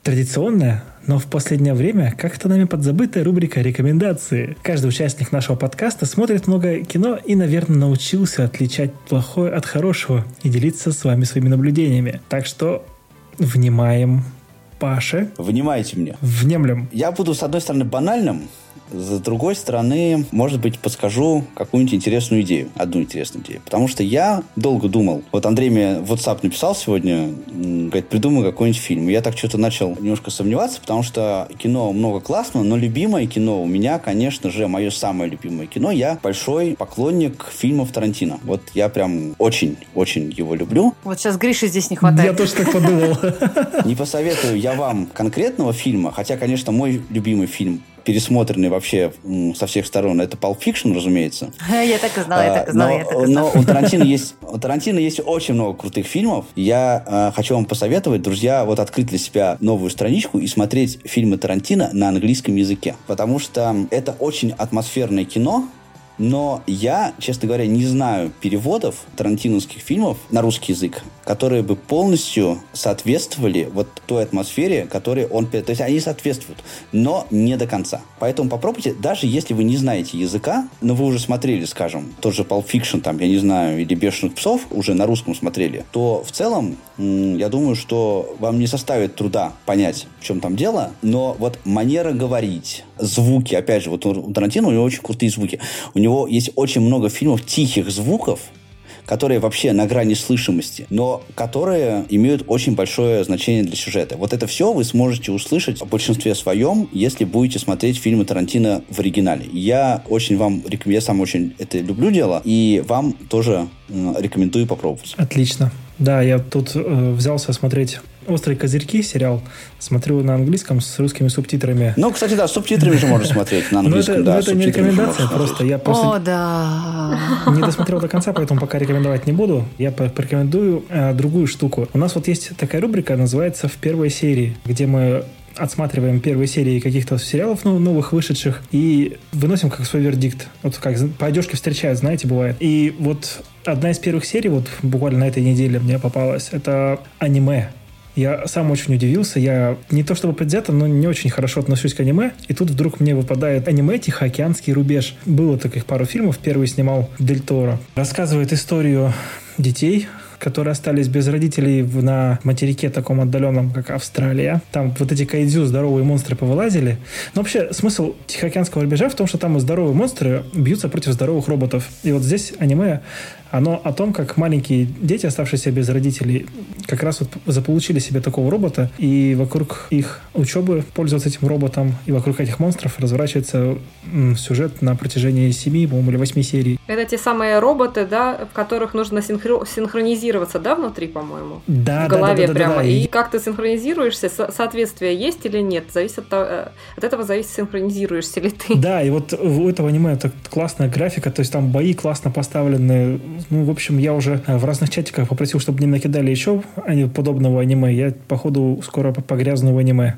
Традиционная, но в последнее время как-то нами подзабытая рубрика «Рекомендации». Каждый участник нашего подкаста смотрит много кино и, наверное, научился отличать плохое от хорошего и делиться с вами своими наблюдениями. Так что внимаем Паше. Внимайте мне. Внемлем. Я буду, с одной стороны, банальным, с другой стороны, может быть, подскажу какую-нибудь интересную идею. Одну интересную идею. Потому что я долго думал. Вот Андрей мне в WhatsApp написал сегодня, говорит, придумай какой-нибудь фильм. И я так что-то начал немножко сомневаться, потому что кино много классного, но любимое кино у меня, конечно же, мое самое любимое кино. Я большой поклонник фильмов Тарантино. Вот я прям очень-очень его люблю. Вот сейчас Гриши здесь не хватает. Я тоже так подумал. Не посоветую я вам конкретного фильма, хотя, конечно, мой любимый фильм, пересмотренный вообще со всех сторон, это Pulp Fiction, разумеется. Я так и знала, я так и знала, но, я так и знала. Но у Тарантино есть, у Тарантино есть очень много крутых фильмов. Я э, хочу вам посоветовать, друзья, вот открыть для себя новую страничку и смотреть фильмы Тарантино на английском языке. Потому что это очень атмосферное кино. Но я, честно говоря, не знаю переводов тарантиновских фильмов на русский язык, которые бы полностью соответствовали вот той атмосфере, которой он... То есть они соответствуют, но не до конца. Поэтому попробуйте, даже если вы не знаете языка, но вы уже смотрели, скажем, тот же Pulp Fiction, там, я не знаю, или «Бешеных псов», уже на русском смотрели, то в целом, я думаю, что вам не составит труда понять, в чем там дело, но вот манера говорить, звуки, опять же, вот у Тарантино у него очень крутые звуки. У него есть очень много фильмов тихих звуков, которые вообще на грани слышимости, но которые имеют очень большое значение для сюжета. Вот это все вы сможете услышать в большинстве своем, если будете смотреть фильмы Тарантино в оригинале. Я очень вам рекомендую, я сам очень это люблю дело, и вам тоже э, рекомендую попробовать. Отлично. Да, я тут э, взялся смотреть «Острые козырьки» сериал. Смотрю на английском с русскими субтитрами. Ну, кстати, да, с субтитрами же можно смотреть на английском. Но это не рекомендация, просто я просто... О, да. Не досмотрел до конца, поэтому пока рекомендовать не буду. Я порекомендую э, другую штуку. У нас вот есть такая рубрика, называется «В первой серии», где мы отсматриваем первые серии каких-то сериалов ну, новых, вышедших, и выносим как свой вердикт. Вот как по одежке встречают, знаете, бывает. И вот одна из первых серий, вот буквально на этой неделе мне попалась, это аниме. Я сам очень удивился. Я не то чтобы предвзято, но не очень хорошо отношусь к аниме. И тут вдруг мне выпадает аниме «Тихоокеанский рубеж». Было таких пару фильмов. Первый снимал Дель Торо. Рассказывает историю детей, которые остались без родителей на материке таком отдаленном, как Австралия. Там вот эти кайдзю, здоровые монстры повылазили. Но вообще смысл Тихоокеанского рубежа в том, что там здоровые монстры бьются против здоровых роботов. И вот здесь аниме, оно о том, как маленькие дети, оставшиеся без родителей, как раз вот заполучили себе такого робота, и вокруг их учебы пользоваться этим роботом, и вокруг этих монстров разворачивается м, сюжет на протяжении семи, по-моему, или восьми серий. Это те самые роботы, да, в которых нужно синхро- синхронизироваться, да, внутри, по-моему? Да, в голове да, да, да, прямо. Да, да, и и как ты синхронизируешься, со- соответствие есть или нет, зависит от того, от этого зависит, синхронизируешься ли ты. Да, и вот у этого аниме это классная графика, то есть там бои классно поставлены. Ну, в общем, я уже в разных чатиках попросил, чтобы мне накидали еще подобного аниме. Я, походу, скоро погрязну в аниме.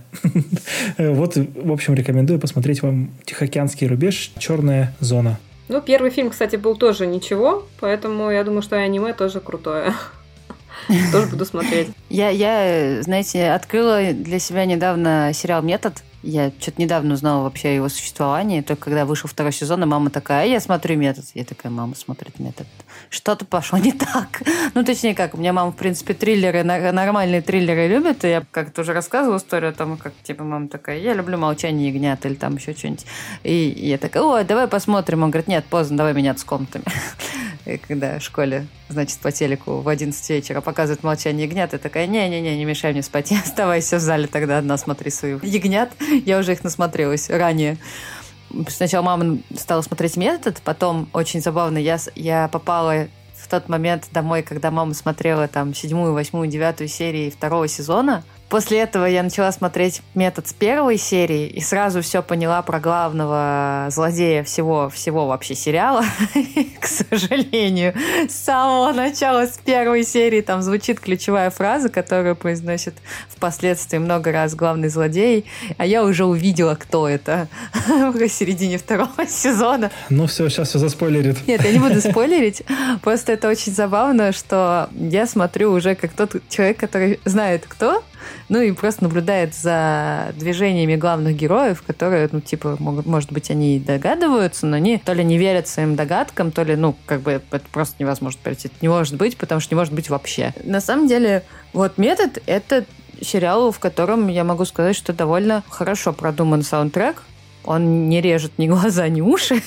Вот, в общем, рекомендую посмотреть вам «Тихоокеанский рубеж. Черная зона». Ну, первый фильм, кстати, был тоже ничего, поэтому я думаю, что и аниме тоже крутое. Тоже буду смотреть. Я, я, знаете, открыла для себя недавно сериал «Метод». Я что-то недавно узнала вообще о его существовании. Только когда вышел второй сезон, и мама такая, а я смотрю «Метод». Я такая, мама смотрит «Метод». Что-то пошло не так. Ну, точнее как, у меня мама, в принципе, триллеры, нормальные триллеры любит. И я как-то уже рассказывала историю о том, как, типа, мама такая, я люблю «Молчание ягнят» или там еще что-нибудь. И я такая, ой, давай посмотрим. Он говорит, нет, поздно, давай меняться комнатами. И когда в школе, значит, по телеку в одиннадцать вечера показывают «Молчание ягнят», я такая, не-не-не, не мешай мне спать, оставайся в зале тогда одна, смотри своих ягнят. Я уже их насмотрелась ранее. Сначала мама стала смотреть «Метод», потом, очень забавно, я, я попала в тот момент домой, когда мама смотрела там седьмую, восьмую, девятую серии второго сезона. После этого я начала смотреть «Метод» с первой серии и сразу все поняла про главного злодея всего, всего вообще сериала. К сожалению, с самого начала, с первой серии там звучит ключевая фраза, которую произносит впоследствии много раз главный злодей, а я уже увидела, кто это в середине второго сезона. Ну все, сейчас все заспойлерит. Нет, я не буду спойлерить, просто это очень забавно, что я смотрю уже как тот человек, который знает, кто, ну и просто наблюдает за движениями главных героев, которые, ну, типа, могут, может быть, они догадываются, но они то ли не верят своим догадкам, то ли, ну, как бы это просто невозможно пройти. Это не может быть, потому что не может быть вообще. На самом деле, вот «Метод» — это сериал, в котором я могу сказать, что довольно хорошо продуман саундтрек. Он не режет ни глаза, ни уши.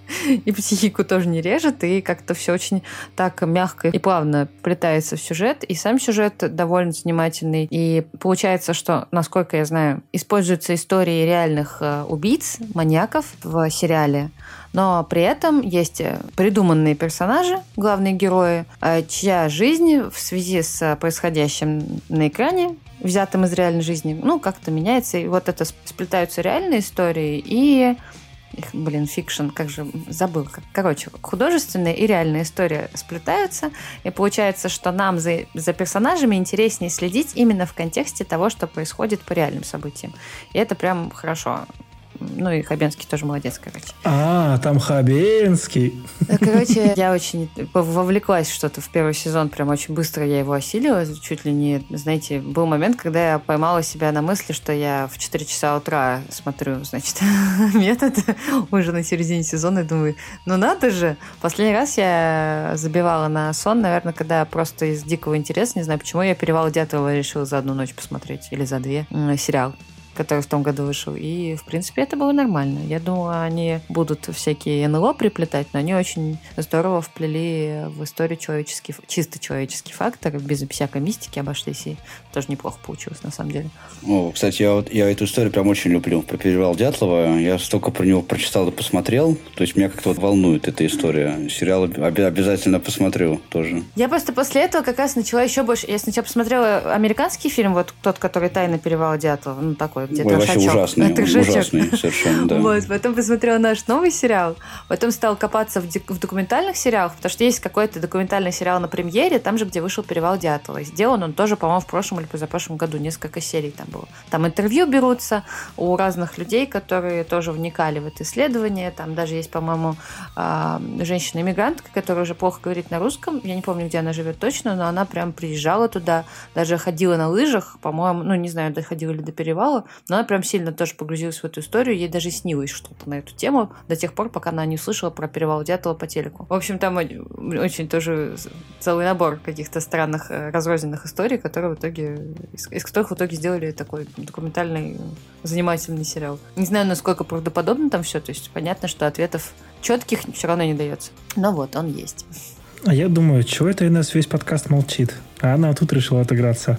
И психику тоже не режет, и как-то все очень так мягко и плавно вплетается в сюжет, и сам сюжет довольно занимательный. И получается, что, насколько я знаю, используются истории реальных убийц, маньяков в сериале, но при этом есть придуманные персонажи, главные герои, чья жизнь в связи с происходящим на экране, взятым из реальной жизни, ну, как-то меняется, и вот это сплетаются реальные истории и Блин, фикшн, как же забыл. Короче, художественная и реальная история сплетаются, и получается, что нам за, за персонажами интереснее следить именно в контексте того, что происходит по реальным событиям. И это прям хорошо. Ну и Хабенский тоже молодец, короче. А, там Хабенский. Да, короче, я очень вовлеклась что-то в первый сезон, прям очень быстро я его осилила, чуть ли не, знаете, был момент, когда я поймала себя на мысли, что я в четыре часа утра смотрю, значит, «Метод» уже на середине сезона и думаю, ну надо же. Последний раз я забивала на сон, наверное, когда просто из дикого интереса, не знаю почему, я «Перевал Дятлова» решила за одну ночь посмотреть, или за две, сериал, который в том году вышел. И, в принципе, это было нормально. Я думала, они будут всякие эн эл о приплетать, но они очень здорово вплели в историю человеческий, чисто человеческий фактор, без всякой мистики обошлись, и тоже неплохо получилось, на самом деле. О, кстати, я, вот, я эту историю прям очень люблю. Про «Перевал Дятлова». Я столько про него прочитал и посмотрел. То есть меня как-то вот волнует эта история. Сериал обязательно посмотрю тоже. Я просто после этого как раз начала еще больше... Я сначала посмотрела американский фильм, вот тот, который «Тайна Перевала Дятлова», ну, такой, где Ой, вообще ужасный, ужасный совершенно, да. Вот, потом посмотрела наш новый сериал, потом стала копаться в, в документальных сериалах, потому что есть какой-то документальный сериал на премьере, там же, где вышел «Перевал Дятлова». Сделан он тоже, по-моему, в прошлом или позапрошлом году, несколько серий там было. Там интервью берутся у разных людей, которые тоже вникали в это исследование. Там даже есть, по-моему, женщина-иммигрантка, которая уже плохо говорит на русском. Я не помню, где она живет точно, но она прям приезжала туда, даже ходила на лыжах, по-моему, ну, не знаю, доходила ли до перевала, но она прям сильно тоже погрузилась в эту историю, ей даже снилось что-то на эту тему до тех пор, пока она не услышала про «Перевал Дятлова» по телеку. В общем, там очень тоже целый набор каких-то странных разрозненных историй, которые в итоге, из, из которых в итоге сделали такой документальный занимательный сериал. Не знаю, насколько правдоподобно там все, то есть понятно, что ответов четких все равно не дается. Но вот, он есть. А я думаю, чего это у нас весь подкаст молчит? А она тут решила отыграться.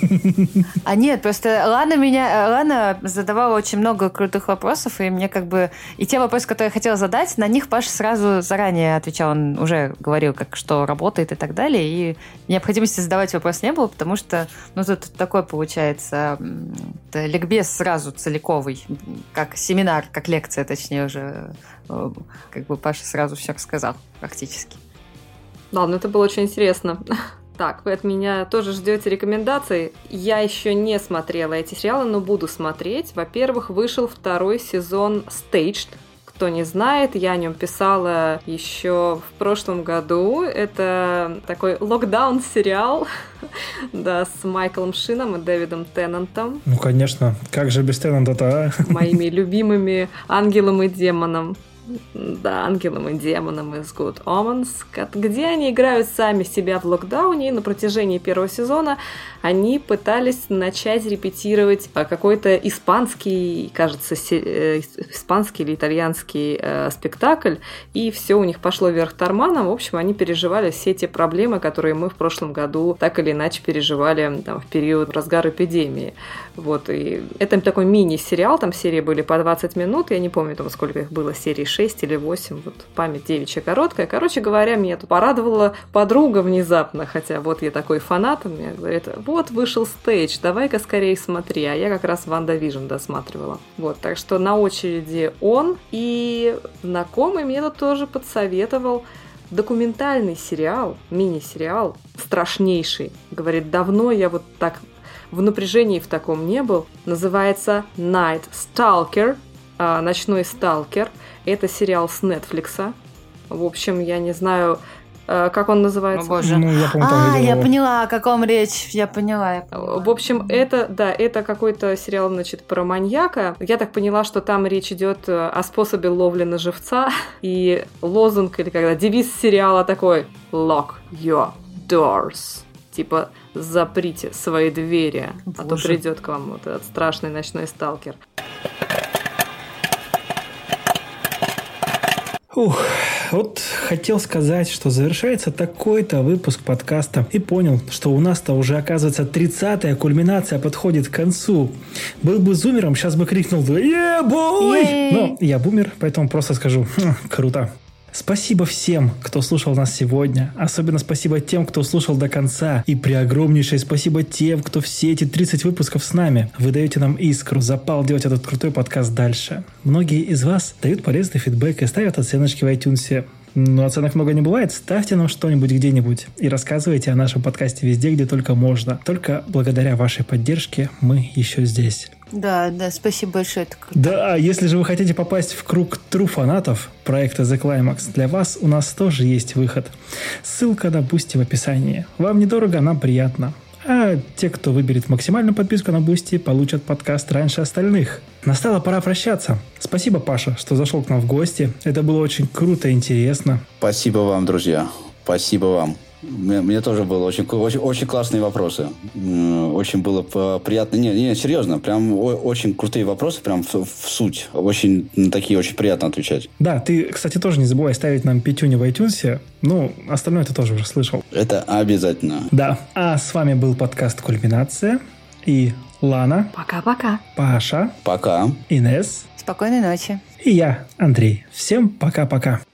А нет, просто Лана меня... Лана задавала очень много крутых вопросов, и мне как бы... И те вопросы, которые я хотела задать, на них Паша сразу заранее отвечал. Он уже говорил, как что работает и так далее, и необходимости задавать вопрос не было, потому что, ну, тут такой получается ликбез сразу целиковый, как семинар, как лекция, точнее, уже как бы Паша сразу все рассказал практически. Ладно, это было очень интересно. Так, вы от меня тоже ждете рекомендаций. Я еще не смотрела эти сериалы, но буду смотреть. Во-первых, вышел второй сезон Staged. Кто не знает, я о нем писала еще в прошлом году. Это такой локдаун-сериал, да, с Майклом Шином и Дэвидом Теннантом. Ну, конечно. Как же без Теннанта-то, а? Моими любимыми ангелом и демоном. Да, ангелом и демоном из Good Omens, где они играют сами себя в локдауне, и на протяжении первого сезона они пытались начать репетировать какой-то испанский, кажется, испанский или итальянский э, спектакль, и все у них пошло вверх торманом. В общем, они переживали все те проблемы, которые мы в прошлом году так или иначе переживали там, в период разгара эпидемии. Вот, и это такой мини-сериал, там серии были по двадцать минут, я не помню, там сколько их было, серий шесть или восемь, вот память девичья короткая. Короче говоря, меня тут порадовала подруга внезапно, хотя вот я такой фанат, мне говорит, вот вышел Стейдж, давай-ка скорее смотри, а я как раз Ванда Вижн досматривала. Вот, так что на очереди он, и знакомый мне тут тоже подсоветовал документальный сериал, мини-сериал, страшнейший. Говорит, давно я вот так в напряжении в таком не был. Называется Night Stalker, «Ночной сталкер». Это сериал с Netflix. В общем, я не знаю, Как он называется? О, боже. Ну, я, помню, а, видел я его. поняла, о каком речь. Я поняла, я поняла. В общем, это, да, это какой-то сериал, значит, про маньяка. Я так поняла, что там речь идет о способе ловли на живца. И лозунг, или когда девиз сериала такой «Lock your doors». Типа, заприте свои двери, Боже. А то придет к вам вот этот страшный ночной сталкер. Ух, вот хотел сказать, что завершается такой-то выпуск подкаста и понял, что у нас-то уже, оказывается, тридцатая кульминация подходит к концу. Был бы зумером, сейчас бы крикнул «Yeah, boy!» Но я бумер, поэтому просто скажу хм, «Круто!». Спасибо всем, кто слушал нас сегодня. Особенно спасибо тем, кто слушал до конца. И преогромнейшее спасибо тем, кто все эти тридцать выпусков с нами. Вы даете нам искру, запал делать этот крутой подкаст дальше. Многие из вас дают полезный фидбэк и ставят оценочки в iTunes. Но оценок много не бывает. Ставьте нам что-нибудь где-нибудь и рассказывайте о нашем подкасте везде, где только можно. Только благодаря вашей поддержке мы еще здесь. Да, да, спасибо большое. Это круто. Да, если же вы хотите попасть в круг true фанатов проекта The Climax, для вас у нас тоже есть выход. Ссылка на Boosty в описании. Вам недорого, нам приятно. А те, кто выберет максимальную подписку на Boosty, получат подкаст раньше остальных. Настала пора прощаться. Спасибо, Паша, что зашел к нам в гости. Это было очень круто и интересно. Спасибо вам, друзья. Спасибо вам. Мне, мне тоже было очень, очень, очень классные вопросы. Очень было приятно. Не, не, серьезно, прям очень крутые вопросы, прям в, в суть. Очень такие, очень приятно отвечать. Да, ты, кстати, тоже не забывай ставить нам пятюню в iTunes. Ну, остальное ты тоже уже слышал. Это обязательно. Да. А с вами был подкаст «Кульминация». И Лана. Пока-пока. Паша. Пока. Инесс. Спокойной ночи. И я, Андрей. Всем пока-пока.